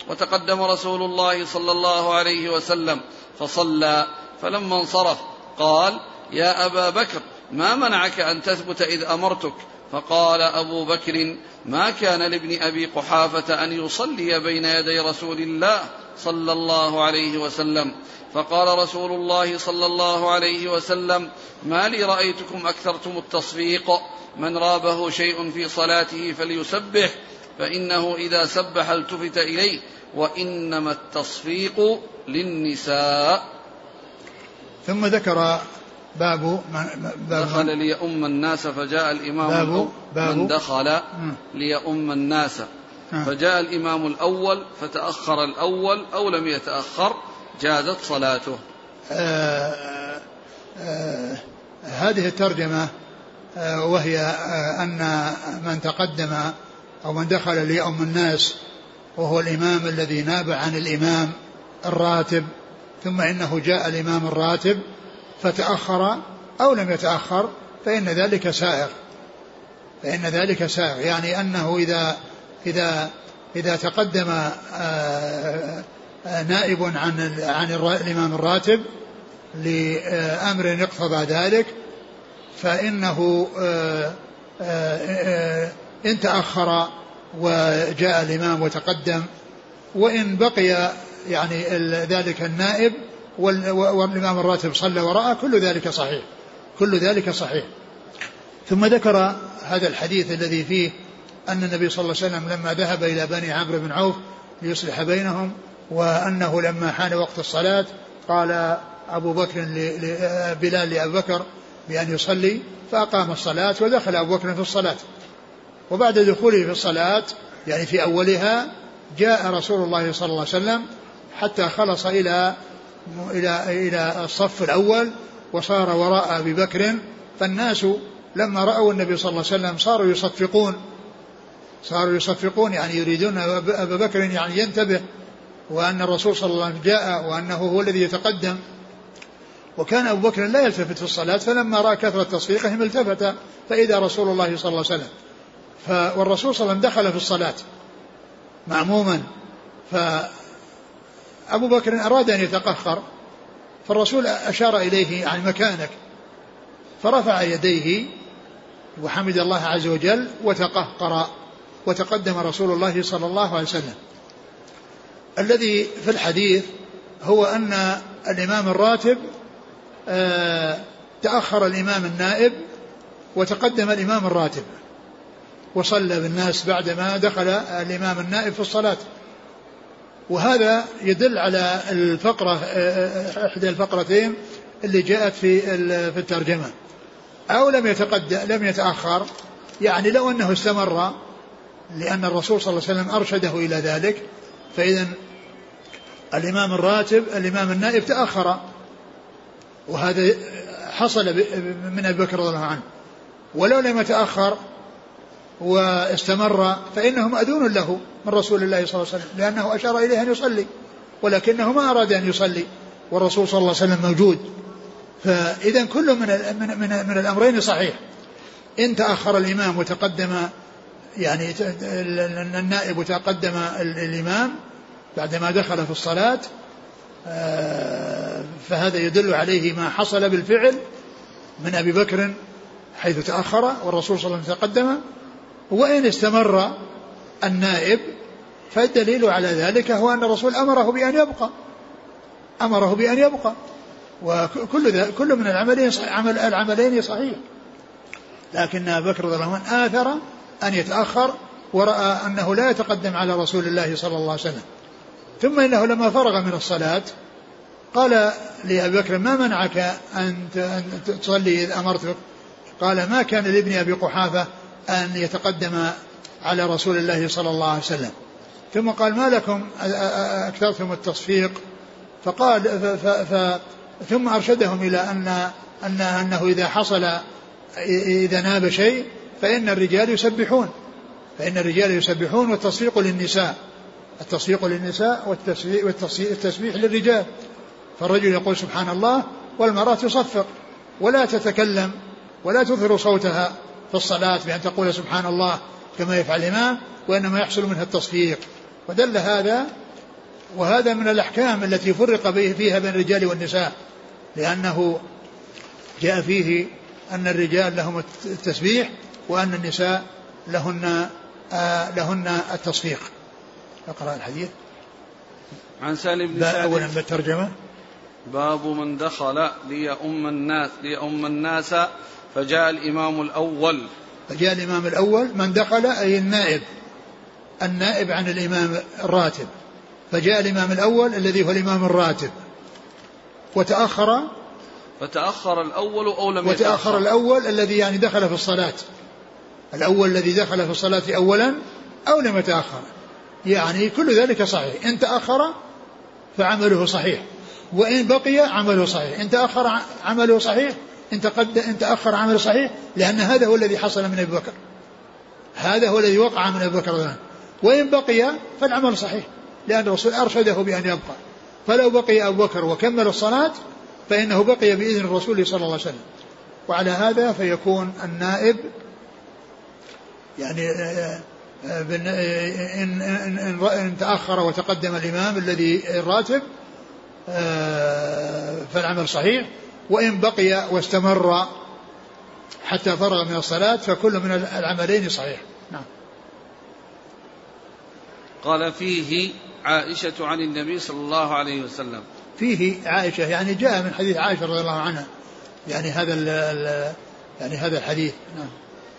وتقدم رسول الله صلى الله عليه وسلم فصلى، فلما انصرف قال: يا أبا بكر ما منعك أن تثبت إذ أمرتك؟ فقال أبو بكر: ما كان لابن أبي قحافة أن يصلي بين يدي رسول الله صلى الله عليه وسلم. فقال رسول الله صلى الله عليه وسلم: ما لي رأيتكم أكثرتم التصفيق، من رابه شيء في صلاته فليسبح، فإنه إذا سبح التفت إليه، وإنما التصفيق للنساء. ثم ذكر باب, باب دخل ليؤم الناس فجاء الإمام باب باب من دخل ليؤم الناس فجاء الإمام الأول فتأخر الأول أو لم يتأخر جازت صلاته. آه آه هذه الترجمة آه وهي آه أن من تقدم أو من دخل ليؤم الناس وهو الإمام الذي ناب عن الإمام الراتب، ثم إنه جاء الإمام الراتب فتأخر أو لم يتأخر فإن ذلك سائغ، فإن ذلك سائغ يعني أنه إذا إذا إذا تقدم نائب عن عن الإمام الراتب لأمر يقتضى ذلك فإنه إن تأخر وجاء الإمام وتقدم، وإن بقي يعني ذلك النائب والإمام الراتب صلى وراءه كل ذلك صحيح، كل ذلك صحيح. ثم ذكر هذا الحديث الذي فيه أن النبي صلى الله عليه وسلم لما ذهب إلى بني عمرو بن عوف ليصلح بينهم، وأنه لما حان وقت الصلاة قال أبو بكر بلال لأبي بكر بأن يصلي، فأقام الصلاة ودخل أبو بكر في الصلاة. وبعد دخوله في الصلاة يعني في أولها جاء رسول الله صلى الله عليه وسلم حتى خلص إلى إلى إلى الصف الأول وصار وراء أبي بكر، فالناس لما رأوا النبي صلى الله عليه وسلم صاروا يصفقون صاروا يصفقون يعني يريدون أبا بكر يعني ينتبه، وأن الرسول صلى الله عليه وسلم جاء وأنه هو الذي يتقدم. وكان أبو بكر لا يلتفت في الصلاة، فلما رأى كثرة تصفيقهم التفت فإذا رسول الله صلى الله عليه وسلم، والرسول صلى الله عليه وسلم دخل في الصلاة معموما، فأبو بكر أراد أن يتقهقر، فالرسول أشار إليه عن مكانك، فرفع يديه وحمد الله عز وجل وتقهقر، وتقدم رسول الله صلى الله عليه وسلم. الذي في الحديث هو أن الإمام الراتب تأخر الإمام النائب وتقدم الإمام الراتب وصلى بالناس بعدما دخل الإمام النائب في الصلاة. وهذا يدل على الفقرة إحدى الفقرتين اللي جاءت في في الترجمة، أو لم يتقدم لم يتأخر يعني لو أنه استمر، لأن الرسول صلى الله عليه وسلم أرشده إلى ذلك، فإذا الإمام الراتب الإمام النائب تأخر، وهذا حصل من أبي بكر رضي الله عنه. ولو لم يتأخر واستمر فإنه مأذون له من رسول الله صلى الله عليه وسلم، لأنه أشار إليه أن يصلي ولكنه ما أراد أن يصلي والرسول صلى الله عليه وسلم موجود. فإذا كل من من من, من الأمرين صحيح. إن تأخر الإمام وتقدم يعني النائب وتقدم الإمام بعدما دخل في الصلاة فهذا يدل عليه ما حصل بالفعل من أبي بكر حيث تأخر والرسول صلى الله عليه وسلم تقدم. وإن استمر النائب فالدليل على ذلك هو أن الرسول أمره بأن يبقى أمره بأن يبقى وكل ذا كل من العملين عمل العملين صحيح، لكن أبو بكر رضي الله عنه آثر أن يتأخر ورأى أنه لا يتقدم على رسول الله صلى الله عليه وسلم. ثم إنه لما فرغ من الصلاة قال لأبي بكر: ما منعك أن تصلي إذ أمرتك؟ قال: ما كان لابن أبي قحافة أن يتقدم على رسول الله صلى الله عليه وسلم. ثم قال: ما لكم أكثرتم التصفيق؟ فقال ف ف ثم أرشدهم إلى أن أن أنه إذا حصل إذا ناب شيء فإن الرجال يسبحون فإن الرجال يسبحون والتصفيق للنساء التصفيق للنساء والتسبيح للرجال. فالرجل يقول سبحان الله والمرأة تصفق ولا تتكلم ولا تظهر صوتها في الصلاة بأن تقول سبحان الله كما يفعل الإمام، وإنما يحصل منها التصفيق. ودل هذا وهذا من الأحكام التي فرق فيها بين الرجال والنساء، لأنه جاء فيه أن الرجال لهم التسبيح وأن النساء لهن آه لهن التصفيق. اقرأ الحديث. عن سالم بن سعد. أولا بالترجمة. باب من دخل ليؤم الناس ليؤم الناس فجاء الإمام الأول. فجاء الإمام الأول، من دخل أي النائب، النائب عن الإمام الراتب، فجاء الإمام الأول الذي هو الإمام الراتب، وتأخر فتأخر الأول أو لم وتأخر يتأخر الأول الذي يعني دخل في الصلاة، الأول الذي دخل في الصلاة أولا أو لم يتأخر، يعني كل ذلك صحيح، إن تأخر فعمله صحيح، وإن بقي عمله صحيح، إن تأخر عمله صحيح، إن إن تأخر عمله صحيح، لأن هذا هو الذي حصل من أبي بكر، هذا هو الذي وقع من أبي بكر رضي الله عنه. وإن بقي فالعمل صحيح، لأن الرسول أرشده بأن يبقى، فلو بقي أبو بكر وكمل الصلاة فإنه بقي بإذن الرسول صلى الله عليه وسلم. وعلى هذا فيكون النائب يعني إن, إن, إن, إن تأخر وتقدم الإمام الذي الراتب فالعمل صحيح، وإن بقي واستمر حتى فرغ من الصلاة فكل من العملين صحيح. نعم. قال فيه عائشة عن النبي صلى الله عليه وسلم. فيه عائشة يعني جاء من حديث عائشة رضي الله عنها، يعني هذا يعني هذا الحديث. نعم.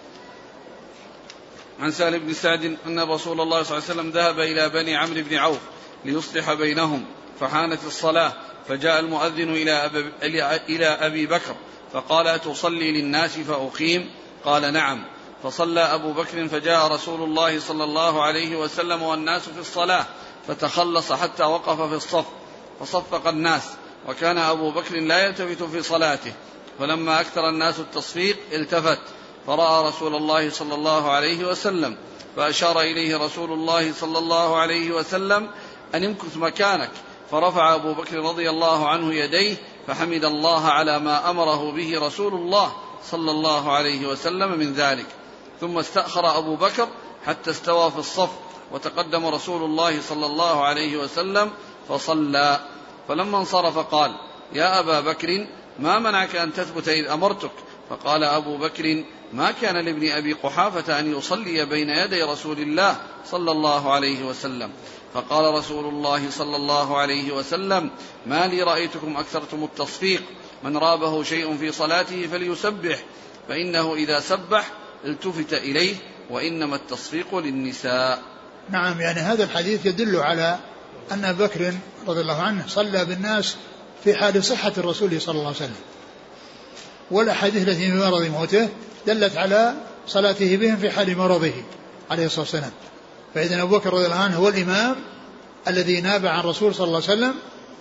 عن سالم بن سعد أن رسول الله صلى الله عليه وسلم ذهب إلى بني عمرو بن عوف ليصلح بينهم، فحانت الصلاة فجاء المؤذن إلى أبي بكر فقال أتصلي للناس فأقيم؟ قال نعم. فصلى أبو بكر فجاء رسول الله صلى الله عليه وسلم والناس في الصلاة فتخلص حتى وقف في الصف فصفق الناس، وكان أبو بكر لا يلتفت في صلاته، فلما أكثر الناس التصفيق التفت فرأى رسول الله صلى الله عليه وسلم فأشار إليه رسول الله صلى الله عليه وسلم أن امكث مكانك، فرفع أبو بكر رضي الله عنه يديه فحمد الله على ما أمره به رسول الله صلى الله عليه وسلم من ذلك، ثم استأخر أبو بكر حتى استوى في الصف، وتقدم رسول الله صلى الله عليه وسلم فصلى، فلما انصرف قال يا أبا بكر ما منعك أن تثبت إذ أمرتك؟ فقال أبو بكر ما كان لابن أبي قحافة أن يصلي بين يدي رسول الله صلى الله عليه وسلم. فقال رسول الله صلى الله عليه وسلم ما لي رأيتكم أكثرتم التصفيق، من رابه شيء في صلاته فليسبح، فإنه إذا سبح التفت إليه، وإنما التصفيق للنساء. نعم، يعني هذا الحديث يدل على أن أبا بكر رضي الله عنه صلى بالناس في حال صحة الرسول صلى الله عليه وسلم، والأحاديث التي في مرض موته دلت على صلاته بهم في حال مرضه عليه الصلاة والسلام. فإذن أبو بكر رضي الله عنه هو الإمام الذي ناب عن الرسول صلى الله عليه وسلم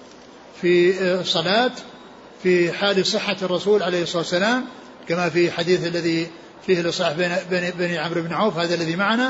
في الصلاة في حال صحة الرسول عليه الصلاة والسلام، كما في حديث الذي فيه الإصلاح بين بني عمرو بن عوف هذا الذي معنا،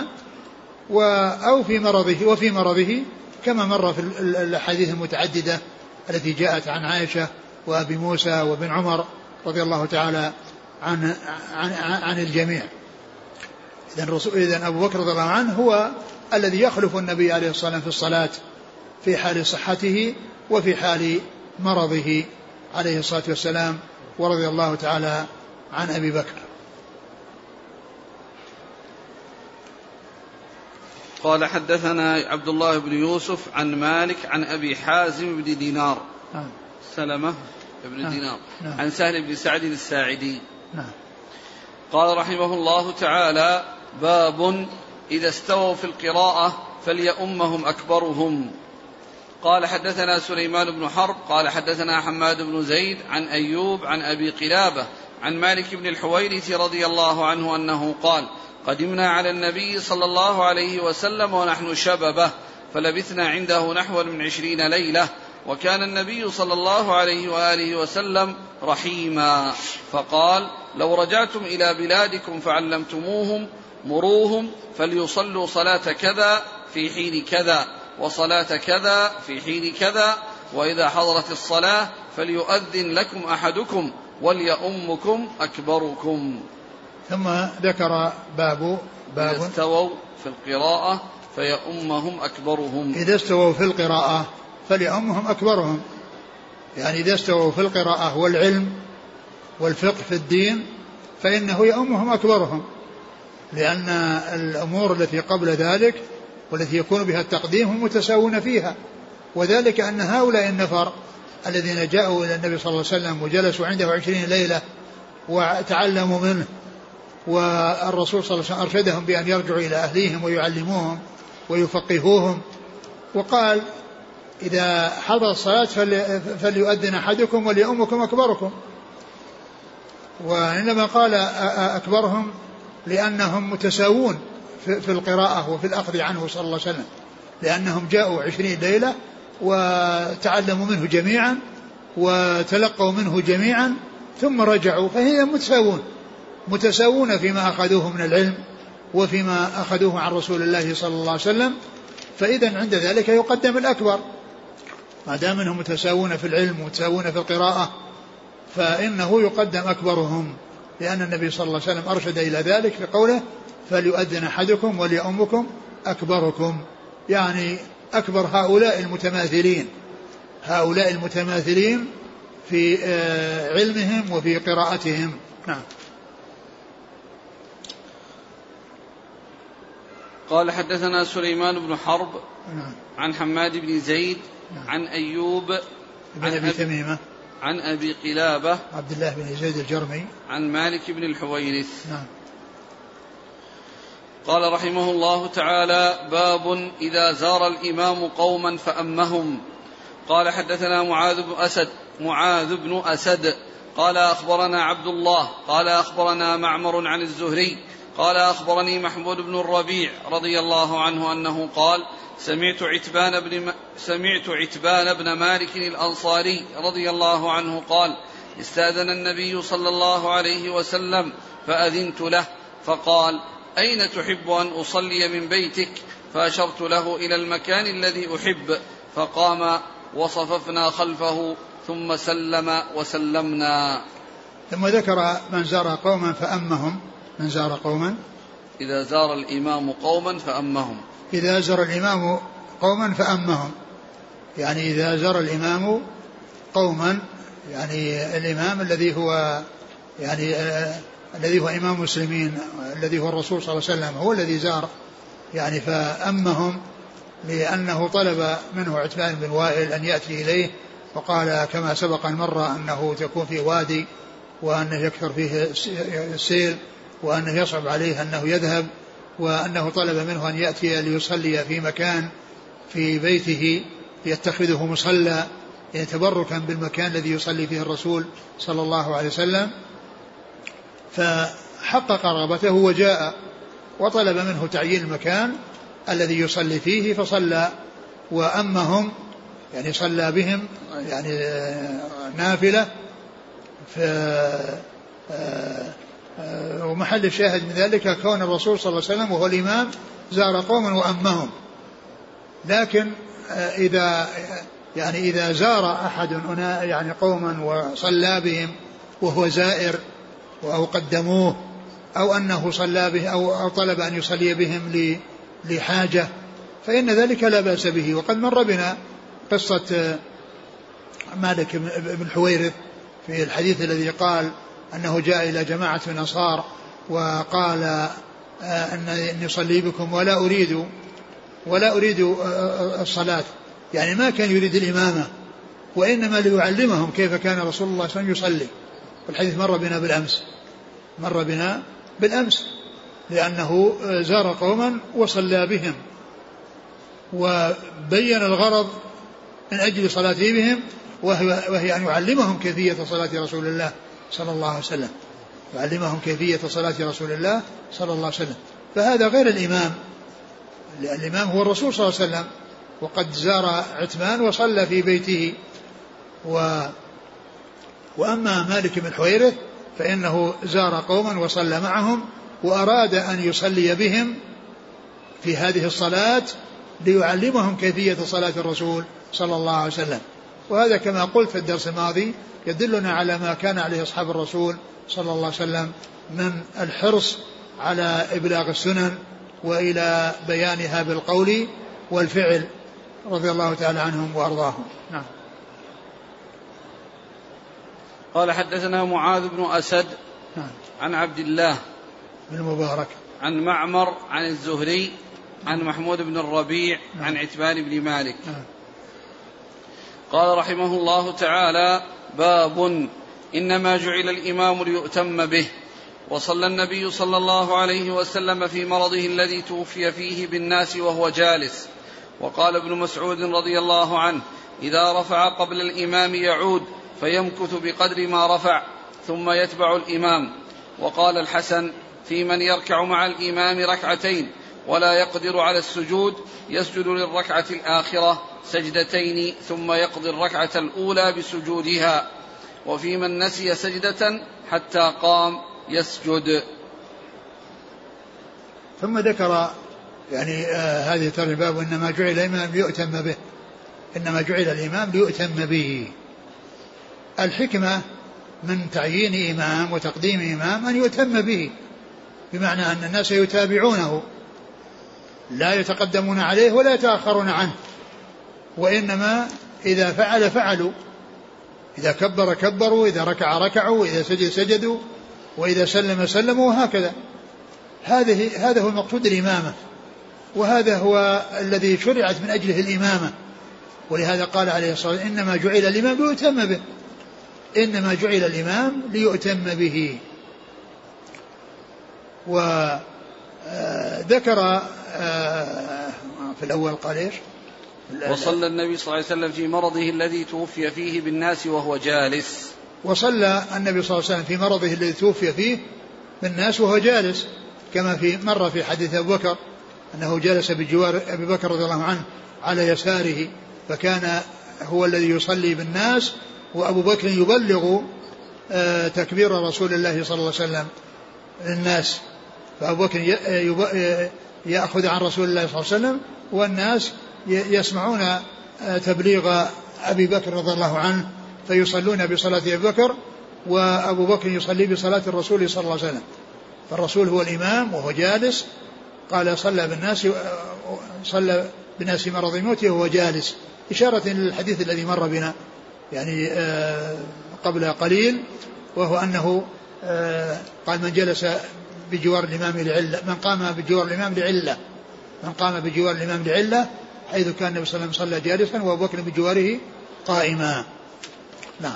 أو في مرضه وفي مرضه كما مر في الأحاديث المتعددة التي جاءت عن عائشة وأبي موسى وابن عمر رضي الله تعالى عن عن عن الجميع. إذن الرسول إذن أبو بكر رضي الله عنه هو الذي يخلف النبي عليه الصلاة والسلام في الصلاة في حال صحته وفي حال مرضه عليه الصلاة والسلام، ورضي الله تعالى عن أبي بكر. قال حدثنا عبد الله بن يوسف عن مالك عن أبي حازم بن دينار نعم. سلمة بن نعم. دينار نعم. عن سهل بن سعد الساعدي نعم. قال رحمه الله تعالى باب إذا استووا في القراءة فليؤمهم أكبرهم. قال حدثنا سليمان بن حرب قال حدثنا حماد بن زيد عن أيوب عن أبي قلابة عن مالك بن الحويرث رضي الله عنه أنه قال قدمنا على النبي صلى الله عليه وسلم ونحن شببه فلبثنا عنده نحو من عشرين ليلة، وكان النبي صلى الله عليه وآله وسلم رحيما، فقال لو رجعتم إلى بلادكم فعلمتموهم مروهم فليصلوا صلاة كذا في حين كذا وصلاة كذا في حين كذا، وإذا حضرت الصلاة فليؤذن لكم أحدكم وليؤمكم أكبركم. ثم ذكر باب باب إذا استووا في القراءة فيؤمهم أكبرهم. إذا استووا في القراءة فليؤمهم أكبرهم، يعني إذا استووا في القراءة والعلم والفقه في الدين فإنه يؤمهم أكبرهم، لأن الأمور التي قبل ذلك والتي يكون بها التقديم هم متساوون فيها، وذلك أن هؤلاء النفر الذين جاءوا إلى النبي صلى الله عليه وسلم وجلسوا عنده عشرين ليلة وتعلموا منه، والرسول صلى الله عليه وسلم أرشدهم بأن يرجعوا إلى أهليهم ويعلموهم ويفقهوهم، وقال إذا حضر الصلاة فليؤذن أحدكم وليؤمكم أكبركم. وإنما قال أكبرهم لأنهم متساوون في القراءة وفي الأخذ عنه صلى الله عليه وسلم، لأنهم جاءوا عشرين ليلة وتعلموا منه جميعا وتلقوا منه جميعا ثم رجعوا، فهي متساوون متساوون فيما أخذوه من العلم وفيما أخذوه عن رسول الله صلى الله عليه وسلم. فإذا عند ذلك يقدم الأكبر، ما دام انهم متساوون في العلم ومتساوون في القراءة فإنه يقدم أكبرهم، لأن النبي صلى الله عليه وسلم أرشد إلى ذلك بقوله فليؤذن أحدكم وليؤمكم أكبركم، يعني أكبر هؤلاء المتماثلين هؤلاء المتماثلين في علمهم وفي قراءتهم. نعم. قال حدثنا سليمان بن حرب نعم. عن حماد بن زيد نعم. عن أيوب عن أبي تميمة عن أبي قلابة عبد الله بن زيد الجرمي عن مالك بن الحويرث. نعم. قال رحمه الله تعالى: باب إذا زار الإمام قوما فأمهم. قال حدثنا معاذ بن أسد معاذ بن أسد قال أخبرنا عبد الله قال أخبرنا معمر عن الزهري قال أخبرني محمود بن الربيع رضي الله عنه أنه قال: سمعت عتبان بن م... سمعت عتبان بن مالك الأنصاري رضي الله عنه قال: استأذن النبي صلى الله عليه وسلم فأذنت له فقال: أين تحب أن أصلي من بيتك؟ فأشرت له إلى المكان الذي أحب، فقام وصففنا خلفه ثم سلم وسلمنا. ثم ذكر من زار قوما فأمهم. من زار قوما إذا زار الإمام قوما فأمهم إذا زار الإمام قوما فأمهم يعني إذا زار الإمام قوما، يعني الإمام الذي هو يعني آه الذي هو إمام المسلمين الذي هو الرسول صلى الله عليه وسلم هو الذي زار، يعني فأمهم لأنه طلب منه عتبان بن وائل أن يأتي إليه، وقال كما سبق المرة أنه تكون في وادي وأنه يكثر فيه السيل وأنه يصعب عليه أنه يذهب، وأنه طلب منه أن يأتي ليصلي في مكان في بيته يتخذه مصلى يتبركا بالمكان الذي يصلي فيه الرسول صلى الله عليه وسلم. فحقق رغبته وجاء وطلب منه تعيين المكان الذي يصلي فيه فصلى وأمهم، يعني صلى بهم يعني نافلة. ومحل الشاهد من ذلك كون الرسول صلى الله عليه وسلم وهو الإمام زار قوما وأمهم. لكن إذا يعني إذا زار أحد يعني قوما وصلى بهم وهو زائر أو قدموه أو أنه صلى به أو طلب أن يصلي بهم لحاجة فإن ذلك لا بأس به. وقد مر بنا قصة مالك بن حويرث في الحديث الذي قال أنه جاء إلى جماعة من الأنصار وقال أني أصلي بكم ولا أريد ولا أريد الصلاة، يعني ما كان يريد الإمامة وإنما ليعلمهم كيف كان رسول الله صلى الله عليه وسلم يصلي. والحديث مر بنا بالأمس مر بنا بالأمس لأنه زار قوما وصلى بهم وبين الغرض من أجل صلاته بهم وهي أن يعلمهم كيفية صلاة رسول الله صلى الله عليه وسلم يعلمهم كيفية صلاة رسول الله صلى الله عليه وسلم. فهذا غير الإمام، الإمام هو الرسول صلى الله عليه وسلم، وقد زار عتمان وصلى في بيته. و وأما مالك بن حويرث فإنه زار قوما وصلى معهم وأراد أن يصلي بهم في هذه الصلاة ليعلمهم كيفية صلاة الرسول صلى الله عليه وسلم. وهذا كما قلت في الدرس الماضي يدلنا على ما كان عليه أصحاب الرسول صلى الله عليه وسلم من الحرص على إبلاغ السنن وإلى بيانها بالقول والفعل رضي الله تعالى عنهم وأرضاهم. نعم. قال حدثنا معاذ بن أسد نعم. عن عبد الله بن المبارك عن معمر عن الزهري عن محمود بن الربيع نعم. عن عتبان بن مالك نعم. قال رحمه الله تعالى: باب إنما جعل الإمام ليؤتم به. وصلى النبي صلى الله عليه وسلم في مرضه الذي توفي فيه بالناس وهو جالس. وقال ابن مسعود رضي الله عنه: إذا رفع قبل الإمام يعود فيمكث بقدر ما رفع ثم يتبع الإمام. وقال الحسن: في من يركع مع الإمام ركعتين ولا يقدر على السجود يسجد للركعة الآخرة سجدتين ثم يقضي الركعة الأولى بسجودها. وفي من نسي سجدة حتى قام يسجد. ثم ذكر يعني آه هذه الباب: إنما جعل الإمام ليؤتم به. إنما جعل الإمام ليؤتم به. الحكمة من تعيين إمام وتقديم إمام أن يؤتم به، بمعنى أن الناس يتابعونه لا يتقدمون عليه ولا يتأخرون عنه، وإنما إذا فعل فعلوا، إذا كبر كبروا، إذا ركع ركعوا، وإذا سجد سجدوا، وإذا سلم سلموا، وهكذا. هذه هذا هو المقصود الإمامة، وهذا هو الذي شرعت من أجله الإمامة. ولهذا قال عليه الصلاة والسلام: إنما جعل الإمام ليؤتم به. إنما جعل الإمام ليؤتم به. وذكر في الأول قال إيش؟ وصلى النبي صلى الله عليه وسلم في مرضه الذي توفي فيه بالناس وهو جالس. وصلى النبي صلى الله عليه وسلم في مرضه الذي توفي فيه بالناس وهو جالس، كما في مرة في حديث أبو بكر أنه جلس بجوار أبي بكر رضي الله عنه على يساره، فكان هو الذي يصلي بالناس وأبو بكر يبلغ تكبير رسول الله صلى الله عليه وسلم للناس، فأبو بكر يأخذ عن رسول الله صلى الله عليه وسلم والناس يسمعون تبليغ أبي بكر رضي الله عنه، فيصلون بصلاة أبي بكر وأبو بكر يصلي بصلاة الرسول صلى الله عليه وسلم. فالرسول هو الإمام وهو جالس. قال: صلى بالناس صلى بالناس مرض الموت وهو جالس، إشارة للحديث الذي مر بنا يعني قبل قليل، وهو أنه قال: من جلس بجوار الإمام لعلة، من قام بجوار الإمام لعلة، من قام بجوار الإمام لعلة، حيث كان النبي صلى الله عليه وسلم صلى جالسا وأبو بكر بجواره قائما. نعم.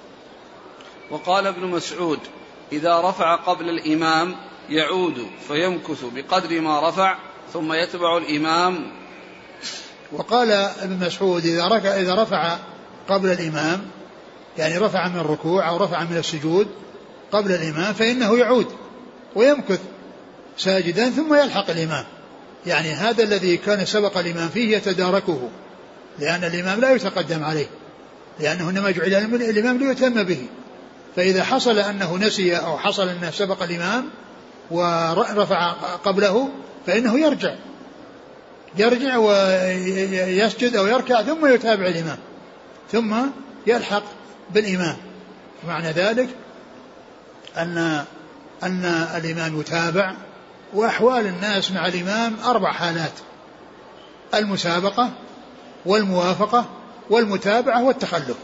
وقال ابن مسعود: إذا رفع قبل الإمام يعود فيمكث بقدر ما رفع ثم يتبع الإمام. وقال ابن مسعود: إذا رفع, إذا رفع قبل الإمام، يعني رفع من الركوع أو رفع من السجود قبل الإمام، فإنه يعود ويمكث ساجدا ثم يلحق الإمام. يعني هذا الذي كان سبق الإمام فيه يتداركه، لأن الإمام لا يتقدم عليه، لأنه إنما جعل الإمام ليتم به. فإذا حصل أنه نسي أو حصل أنه سبق الإمام ورفع قبله، فإنه يرجع يرجع ويسجد أو يركع ثم يتابع الإمام ثم يلحق بالإمام. معنى ذلك أن أن الإمام يتابع. وأحوال الناس مع الإمام أربع حالات: المسابقة والموافقة والمتابعة والتخلف.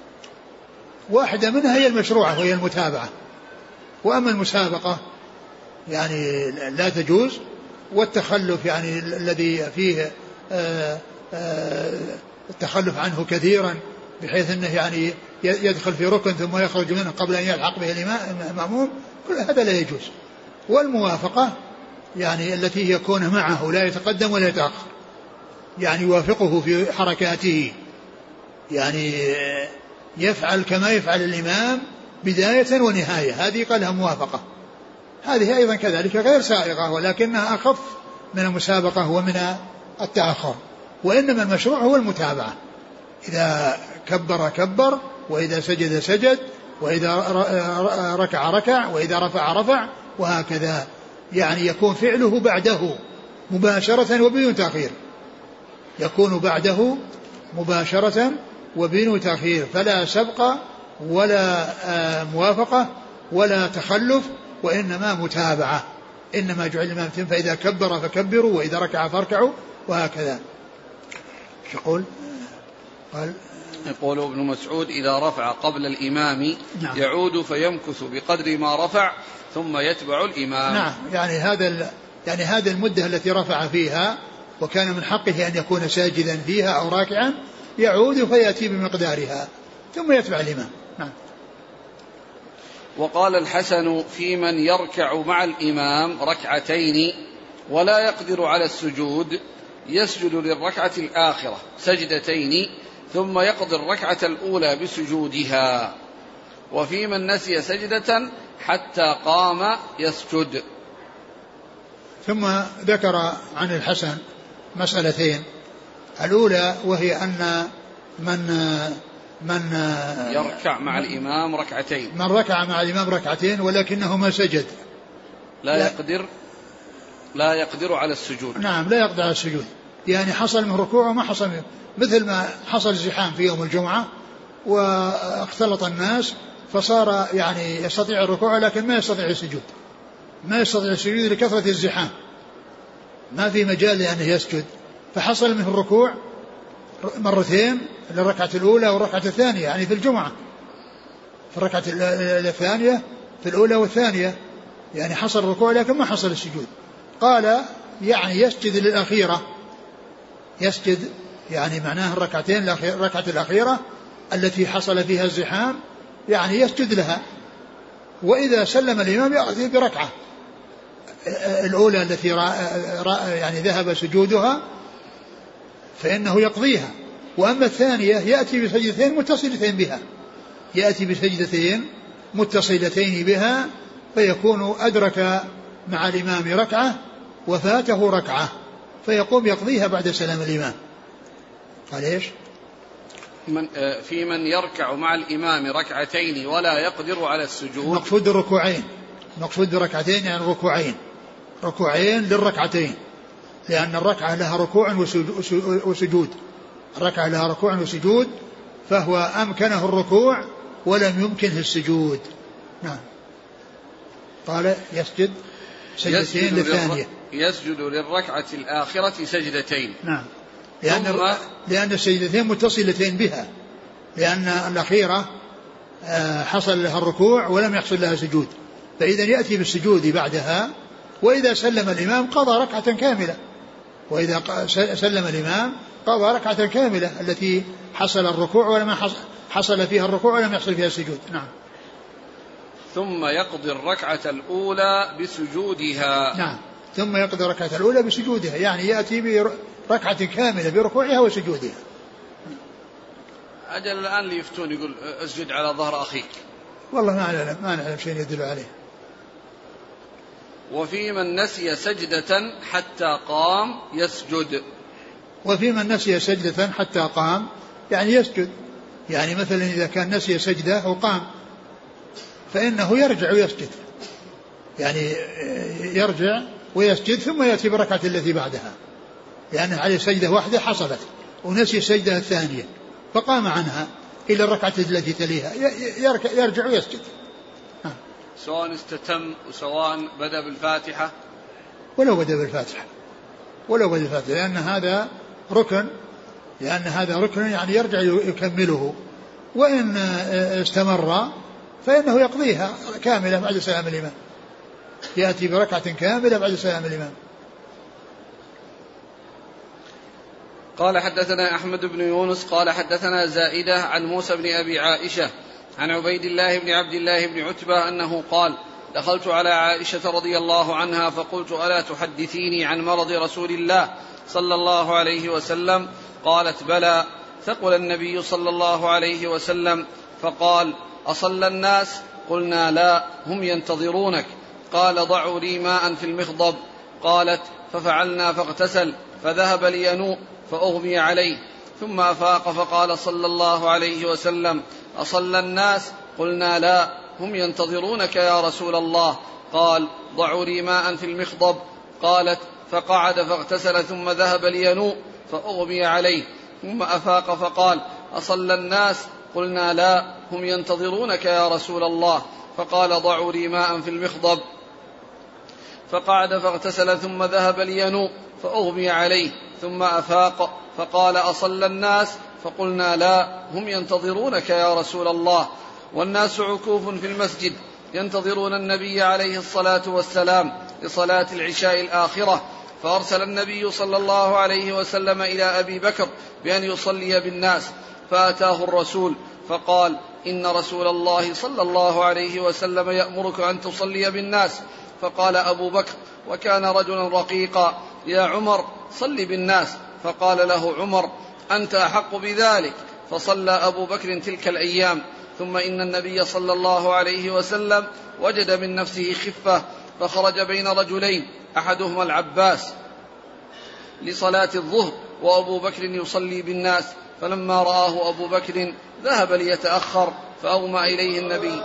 واحدة منها هي المشروعة وهي المتابعة. وأما المسابقة يعني لا تجوز، والتخلف يعني الذي فيه آآ آآ التخلف عنه كثيرا بحيث أنه يعني يدخل في ركن ثم يخرج منه قبل أن يلحق به المأموم، كل هذا لا يجوز. والموافقة يعني التي يكون معه لا يتقدم ولا يتأخر، يعني يوافقه في حركاته، يعني يفعل كما يفعل الإمام بداية ونهاية، هذه قالها موافقة. هذه أيضا كذلك غير سائغة، ولكنها أخف من المسابقة ومن التأخر. وإنما المشروع هو المتابعة، إذا كبر كبر، وإذا سجد سجد، وإذا ركع ركع، وإذا رفع رفع، وهكذا. يعني يكون فعله بعده مباشرة وبدون تأخير، يكون بعده مباشرة وبدون تأخير، فلا سبق ولا موافقة ولا تخلف، وإنما متابعة. إنما جعل الإمام فإذا كبر فكبروا وإذا ركع فاركعوا وهكذا. شو يقول؟ قال يقول ابن مسعود إذا رفع قبل الإمام نعم. يعود فيمكث بقدر ما رفع ثم يتبع الإمام. نعم يعني هذا يعني هذه المدة التي رفع فيها وكان من حقه أن يكون ساجدا فيها أو راكعا يعود فيأتي بمقدارها ثم يتبع الإمام. نعم. وقال الحسن في من يركع مع الإمام ركعتين ولا يقدر على السجود يسجد للركعة الآخرة سجدتين ثم يقضي الركعة الأولى بسجودها. وفي من نسي سجدة حتى قام يسجد. ثم ذكر عن الحسن مسألتين، الأولى وهي أن من من يركع مع الإمام ركعتين من ركع مع الإمام ركعتين ولكنه ما سجد لا, لا يقدر لا يقدر على السجود. نعم لا يقدر على السجود، يعني حصل من ركوع وما حصل منه، مثل ما حصل زحام في يوم الجمعة واختلط الناس فصار يعني يستطيع الركوع لكن ما يستطيع السجود، ما يستطيع السجود لكثرة الزحام، ما في مجال لأنه يسجد، فحصل منه الركوع مرتين للركعة الأولى والركعة الثانية، يعني في الجمعة في الركعة الثانية في الأولى والثانية يعني حصل الركوع لكن ما حصل السجود. قال يعني يسجد للأخيرة، يسجد يعني معناه الركعتين الركعة الأخيرة التي حصل فيها الزحام يعني يسجد لها، وإذا سلم الإمام يأتي بركعة الأولى التي رأى رأى يعني ذهب سجودها فإنه يقضيها، وأما الثانية يأتي بسجدتين متصلتين بها، يأتي بسجدتين متصلتين بها فيكون أدرك مع الإمام ركعة وفاته ركعة فيقوم يقضيها بعد سلام الإمام. قال إيش؟ من في من يركع مع الإمام ركعتين ولا يقدر على السجود. مقصود الركوعين، مقصود بركعتين يعني ركوعين، ركوعين للركعتين، لأن الركعة لها ركوع وسجود، الركعة لها ركوع وسجود فهو أمكنه الركوع ولم يمكنه السجود. نعم. قال يسجد سجدتين للثانية، يسجد للركعة الآخرة سجدتين. نعم. لأن, لأن السجدتين متصلتين بها، لأن الأخيرة حصل لها الركوع ولم يحصل لها سجود، فإذا يأتي بالسجود بعدها، وإذا سلم الإمام قضى ركعة كاملة، وإذا سلم الإمام قضى ركعة كاملة التي حصل الركوع ولم حصل فيها الركوع ولم يحصل فيها السجود. نعم. ثم يقضي الركعة الأولى بسجودها. نعم. ثم يقضي الركعة الأولى بسجودها، يعني يأتي بركعة كاملة بركوعها وسجودها. أجل الآن اللي يفتون يقول اسجد على ظهر أخيك، والله ما نعلم ما نعلم شيء يدل عليه. وفي من نسي سجدة حتى قام يسجد. وفي من نسي سجدة حتى قام يعني يسجد، يعني مثلا إذا كان نسي سجدة وقام فإنه يرجع ويسجد، يعني يرجع ويسجد ثم يأتي بركعة التي بعدها، لأن عليه سجدة واحدة حصلت ونسي السجدة الثانية فقام عنها إلى الركعة التي تليها يرجع ويسجد. ها. سواء استتم وسواء بدأ بالفاتحة، ولو بدأ بالفاتحة ولو بدأ بالفاتحة لأن هذا ركن، لأن هذا ركن يعني يرجع يكمله، وإن استمر فإنه يقضيها كاملة بعد سلام الإمام، يأتي بركعة كاملة بعد سلام الإمام. قال حدثنا أحمد بن يونس قال حدثنا زائدة عن موسى بن أبي عائشة عن عبيد الله بن عبد الله بن عتبة أنه قال دخلت على عائشة رضي الله عنها فقلت ألا تحدثيني عن مرض رسول الله صلى الله عليه وسلم؟ قالت بلى. ثقل النبي صلى الله عليه وسلم فقال أصلى الناس؟ قلنا لا هم ينتظرونك. قال ضعوا لي ماء في المخضب. قالت ففعلنا فاغتسل فذهب لينوء فأغمي عليه ثم أفاق فقال صلى الله عليه وسلم أصلى الناس؟ قلنا لا هم ينتظرونك يا رسول الله. قال ضعوا لي ماء في المخضب. قالت فقعد فاغتسل ثم ذهب لينوء فأغمي عليه ثم أفاق فقال أصلى الناس؟ قلنا لا هم ينتظرونك يا رسول الله. فقال ضعوا لي ماء في المخضب. فقعد فاغتسل ثم ذهب لينوم فأغمي عليه ثم أفاق فقال أصلى الناس؟ فقلنا لا، هم ينتظرونك يا رسول الله، والناس عكوف في المسجد ينتظرون النبي عليه الصلاة والسلام لصلاة العشاء الآخرة. فأرسل النبي صلى الله عليه وسلم إلى أبي بكر بأن يصلي بالناس، فأتاه الرسول فقال إن رسول الله صلى الله عليه وسلم يأمرك أن تصلي بالناس. فقال أبو بكر وكان رجلا رقيقا يا عمر صل بالناس. فقال له عمر أنت أحق بذلك. فصلى أبو بكر تلك الأيام. ثم إن النبي صلى الله عليه وسلم وجد من نفسه خفة فخرج بين رجلين أحدهما العباس لصلاة الظهر وأبو بكر يصلي بالناس، فلما رآه أبو بكر ذهب ليتأخر فأغمى إليه النبي.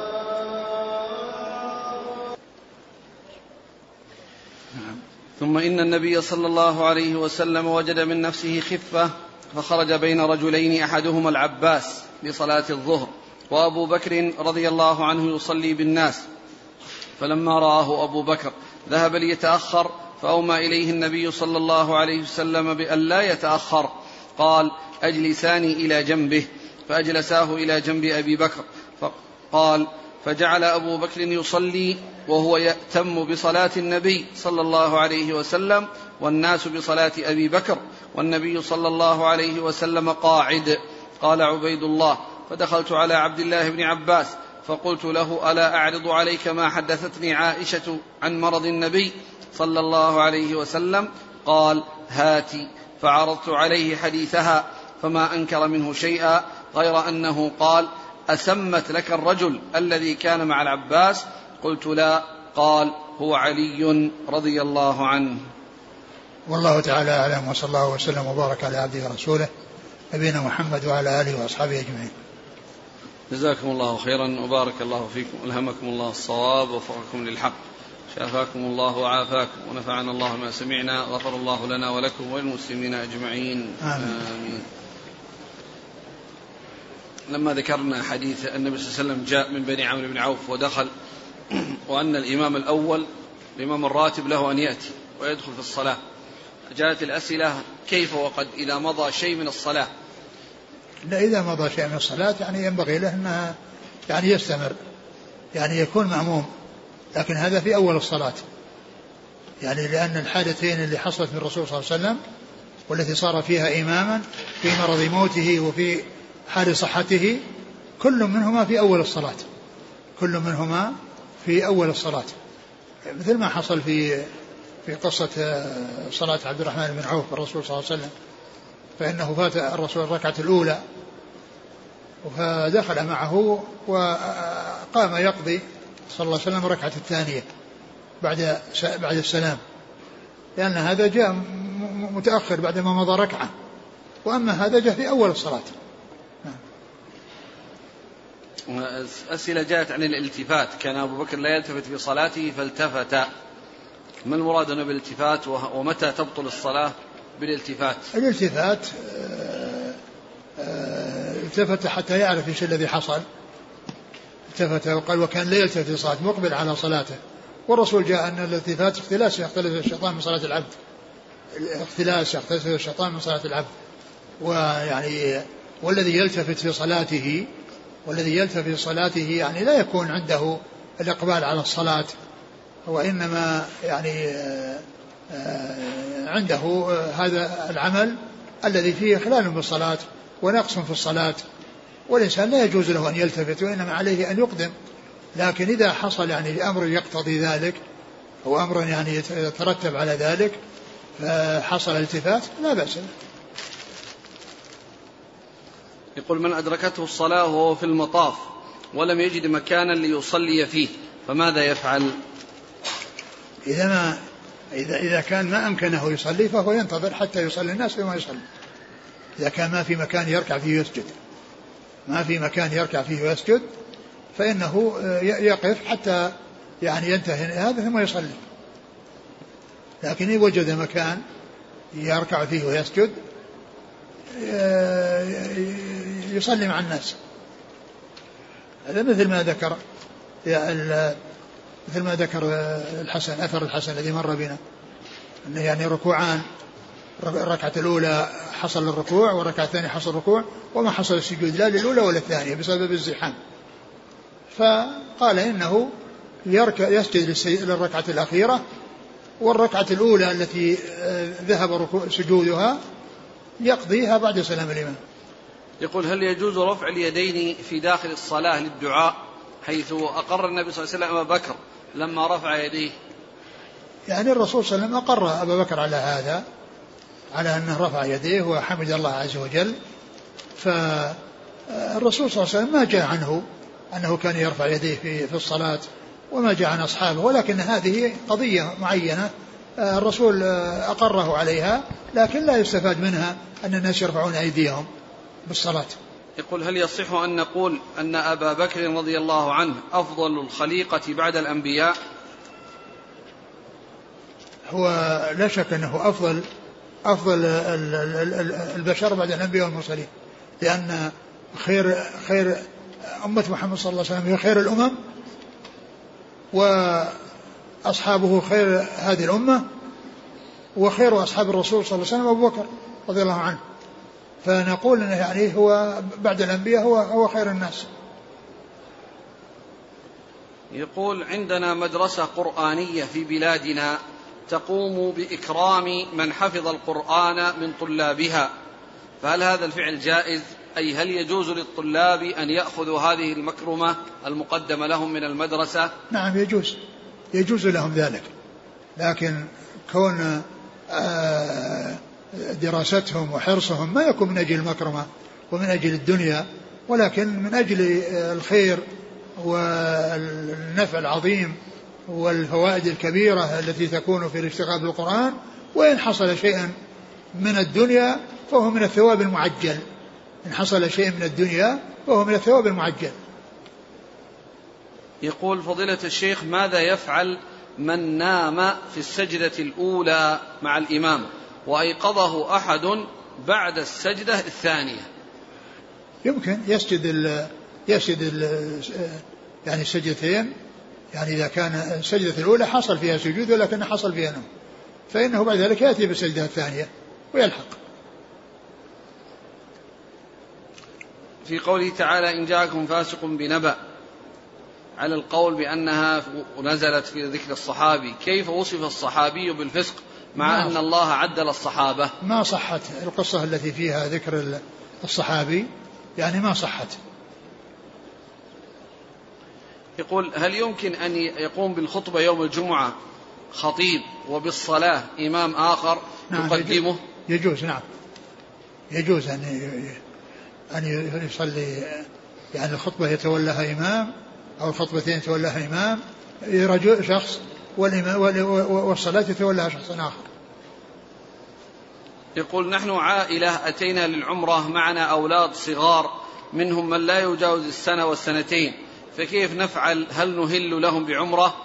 ثم إن النبي صلى الله عليه وسلم وجد من نفسه خفة فخرج بين رجلين أحدهما العباس لصلاة الظهر وأبو بكر رضي الله عنه يصلي بالناس، فلما رآه أبو بكر ذهب ليتأخر فأومى إليه النبي صلى الله عليه وسلم بأن لا يتأخر. قال أجلساني إلى جنبه، فأجلساه إلى جنب أبي بكر. فقال فجعل أبو بكر يصلي وهو يأتم بصلاة النبي صلى الله عليه وسلم والناس بصلاة أبي بكر والنبي صلى الله عليه وسلم قاعد. قال عبيد الله فدخلت على عبد الله بن عباس فقلت له ألا أعرض عليك ما حدثتني عائشة عن مرض النبي صلى الله عليه وسلم؟ قال هاتي. فعرضت عليه حديثها فما أنكر منه شيئا غير أنه قال أسمت لك الرجل الذي كان مع العباس؟ قلت لا. قال هو علي رضي الله عنه. والله تعالى أعلم، وصلى الله وسلم وبارك على عبده ورسوله نبينا محمد وعلى آله وأصحابه أجمعين. جزاكم الله خيرا وبارك الله فيكم، ألهمكم الله الصواب ووفقكم للحق، شافاكم الله وعافاكم ونفعنا الله ما سمعنا، غفر الله لنا ولكم وللمسلمين أجمعين آمين, آمين. لما ذكرنا حديث النبي صلى الله عليه وسلم جاء من بني عمرو بن عوف ودخل، وأن الإمام الأول الإمام الراتب له أن يأتي ويدخل في الصلاة، جاءت الأسئلة كيف وقد إذا مضى شيء من الصلاة؟ لا، إذا مضى شيء من الصلاة يعني ينبغي له أنها يعني يستمر، يعني يكون مأموم، لكن هذا في أول الصلاة، يعني لأن الحادثين اللي حصلت من الرسول صلى الله عليه وسلم والتي صار فيها إماما في مرض موته وفي حال صحته كل منهما في أول الصلاة، كل منهما في أول الصلاة، مثل ما حصل في في قصة صلاة عبد الرحمن بن عوف الرسول صلى الله عليه وسلم، فإنه فات الرسول الركعة الأولى فدخل معه وقام يقضي صلى الله عليه وسلم الركعة الثانية بعد بعد السلام، لأن هذا جاء متأخر بعد ما مضى ركعة، وأما هذا جاء في أول الصلاة. أسئلة جاءت عن الالتفات، كان أبو بكر لا يلتفت في صلاته فالتفت، ما المراد بالالتفات ومتى تبطل الصلاة بالالتفات؟ الالتفات التفت حتى يعرف ايش الذي حصل، التفت وقال وكان لا يلتفت في صلاته مقبل على صلاته، والرسول جاء أن الالتفات اختلاس يختلف الشيطان من صلاة العبد، اختلاس يختلف الشيطان من صلاة العبد، ويعني والذي يلتفت في صلاته والذي يلتفت في صلاته يعني لا يكون عنده الإقبال على الصلاة، وإنما يعني عنده هذا العمل الذي فيه خلال بالصلاة ونقص في الصلاة، والإنسان لا يجوز له أن يلتفت وإنما عليه أن يقدم، لكن إذا حصل يعني أمر يقتضي ذلك أو أمر يعني يترتب على ذلك فحصل التفات لا بأس. يقول من أدركته الصلاة وهو في المطاف ولم يجد مكانا ليصلي فيه فماذا يفعل؟ إذا ما إذا إذا كان ما أمكنه يصلي فهو ينتظر حتى يصلي الناس ثم يصلي. إذا كان ما في مكان يركع فيه يسجد ما في مكان يركع فيه ويسجد فإنه يقف حتى يعني ينتهي هذا ثم يصلي، لكن إذا وجد مكان يركع فيه ويسجد يصلي مع الناس. هذا مثل ما ذكر مثل ما ذكر الحسن أثر الحسن الذي مر بنا، أنه يعني ركوعان، الركعة الأولى حصل الركوع والركعة الثانية حصل الركوع وما حصل السجود لا للأولى ولا الثانية بسبب الزحام. فقال إنه يسجد للركعة الأخيرة، والركعة الأولى التي ذهب سجودها يقضيها بعد سلام الإمام. يقول هل يجوز رفع اليدين في داخل الصلاة للدعاء، حيث أقر النبي صلى الله عليه وسلم أبا بكر لما رفع يديه؟ يعني الرسول صلى الله عليه وسلم أقر أبا بكر على هذا، على أنه رفع يديه وحمد الله عز وجل. فالرسول صلى الله عليه وسلم ما جاء عنه أنه كان يرفع يديه في, في الصلاة، وما جاء عن أصحابه، ولكن هذه قضية معينة الرسول أقره عليها، لكن لا يستفاد منها أن الناس يرفعون أيديهم بالصلاة. يقول هل يصح أن نقول أن أبا بكر رضي الله عنه أفضل الخليقة بعد الأنبياء؟ هو لا شك أنه أفضل أفضل البشر بعد الأنبياء والمرسلين، لأن خير خير أمة محمد صلى الله عليه وسلم هي خير الأمم، وأصحابه خير هذه الأمة، وخير أصحاب الرسول صلى الله عليه وسلم أبو بكر رضي الله عنه. فنقول أنه يعني هو بعد الأنبياء هو هو خير الناس. يقول عندنا مدرسة قرآنية في بلادنا تقوم بإكرام من حفظ القرآن من طلابها، فهل هذا الفعل جائز؟ أي هل يجوز للطلاب أن يأخذوا هذه المكرمة المقدمة لهم من المدرسة؟ نعم يجوز، يجوز لهم ذلك، لكن كون دراستهم وحرصهم ما يكون من أجل المكرمة ومن أجل الدنيا، ولكن من أجل الخير والنفع العظيم والفوائد الكبيرة التي تكون في الاشتغال بالقرآن. وإن حصل شيئا من الدنيا فهو من الثواب المعجل، إن حصل شيء من الدنيا فهو من الثواب المعجل. يقول فضيلة الشيخ ماذا يفعل من نام في السجدة الأولى مع الإمام وأيقظه أحد بعد السجدة الثانية؟ يمكن يسجد ال يسجد ال يعني السجدتين، يعني إذا كان السجدة الأولى حصل فيها سجود ولكن حصل فيها نوم، فإنه بعد ذلك يأتي بالسجدة الثانية ويلحق. في قوله تعالى إن جاءكم فاسق بنبأ، على القول بأنها نزلت في ذكر الصحابي، كيف وصف الصحابي بالفسق مع أن الله عدل الصحابة؟ ما صحت القصة التي فيها ذكر الصحابي، يعني ما صحت. يقول هل يمكن أن يقوم بالخطبة يوم الجمعة خطيب وبالصلاة إمام آخر نعم يقدمه؟ يجوز، نعم يجوز أن أن يصلي، يعني الخطبة يتولاها إمام أو الخطبتين يتولاها إمام رجل شخص والصلاة يتولاها شخص آخر. يقول نحن عائلة أتينا للعمرة معنا أولاد صغار منهم من لا يجاوز السنة والسنتين، فكيف نفعل؟ هل نهل لهم بعمرة؟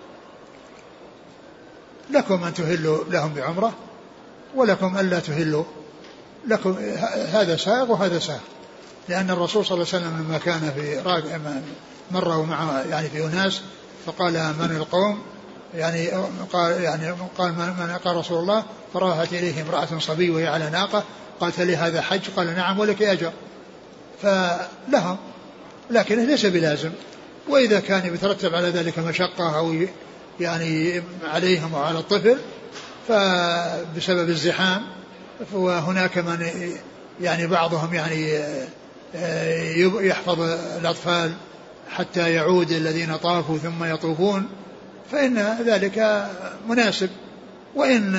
لكم أن تهلوا لهم بعمرة ولكم ألا تهلوا، لكم هذا سائغ وهذا سائغ، لأن الرسول صلى الله عليه وسلم لما كان في مرة مع يعني في أناس فقال من القوم، يعني قال يعني قال من قال رسول الله، فراحت إليه امرأة صبي وهي على ناقة، قالت لي هذا حج؟ قال نعم ولك أجر. فلهم، لكنه ليس بلازم، وإذا كان يترتب على ذلك مشقة أو يعني عليهم وعلى الطفل فبسبب الزحام، وهناك من يعني بعضهم يعني يحفظ الأطفال حتى يعود الذين طافوا ثم يطوفون، فإن ذلك مناسب. وإن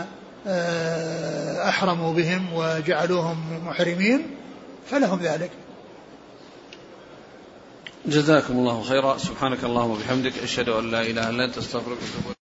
أحرموا بهم وجعلوهم محرمين فلهم ذلك. جزاكم الله خيرا. سبحانك اللهم وبحمدك أشهد أن لا إله إلا أنت أستغفرك وأتوب إليك.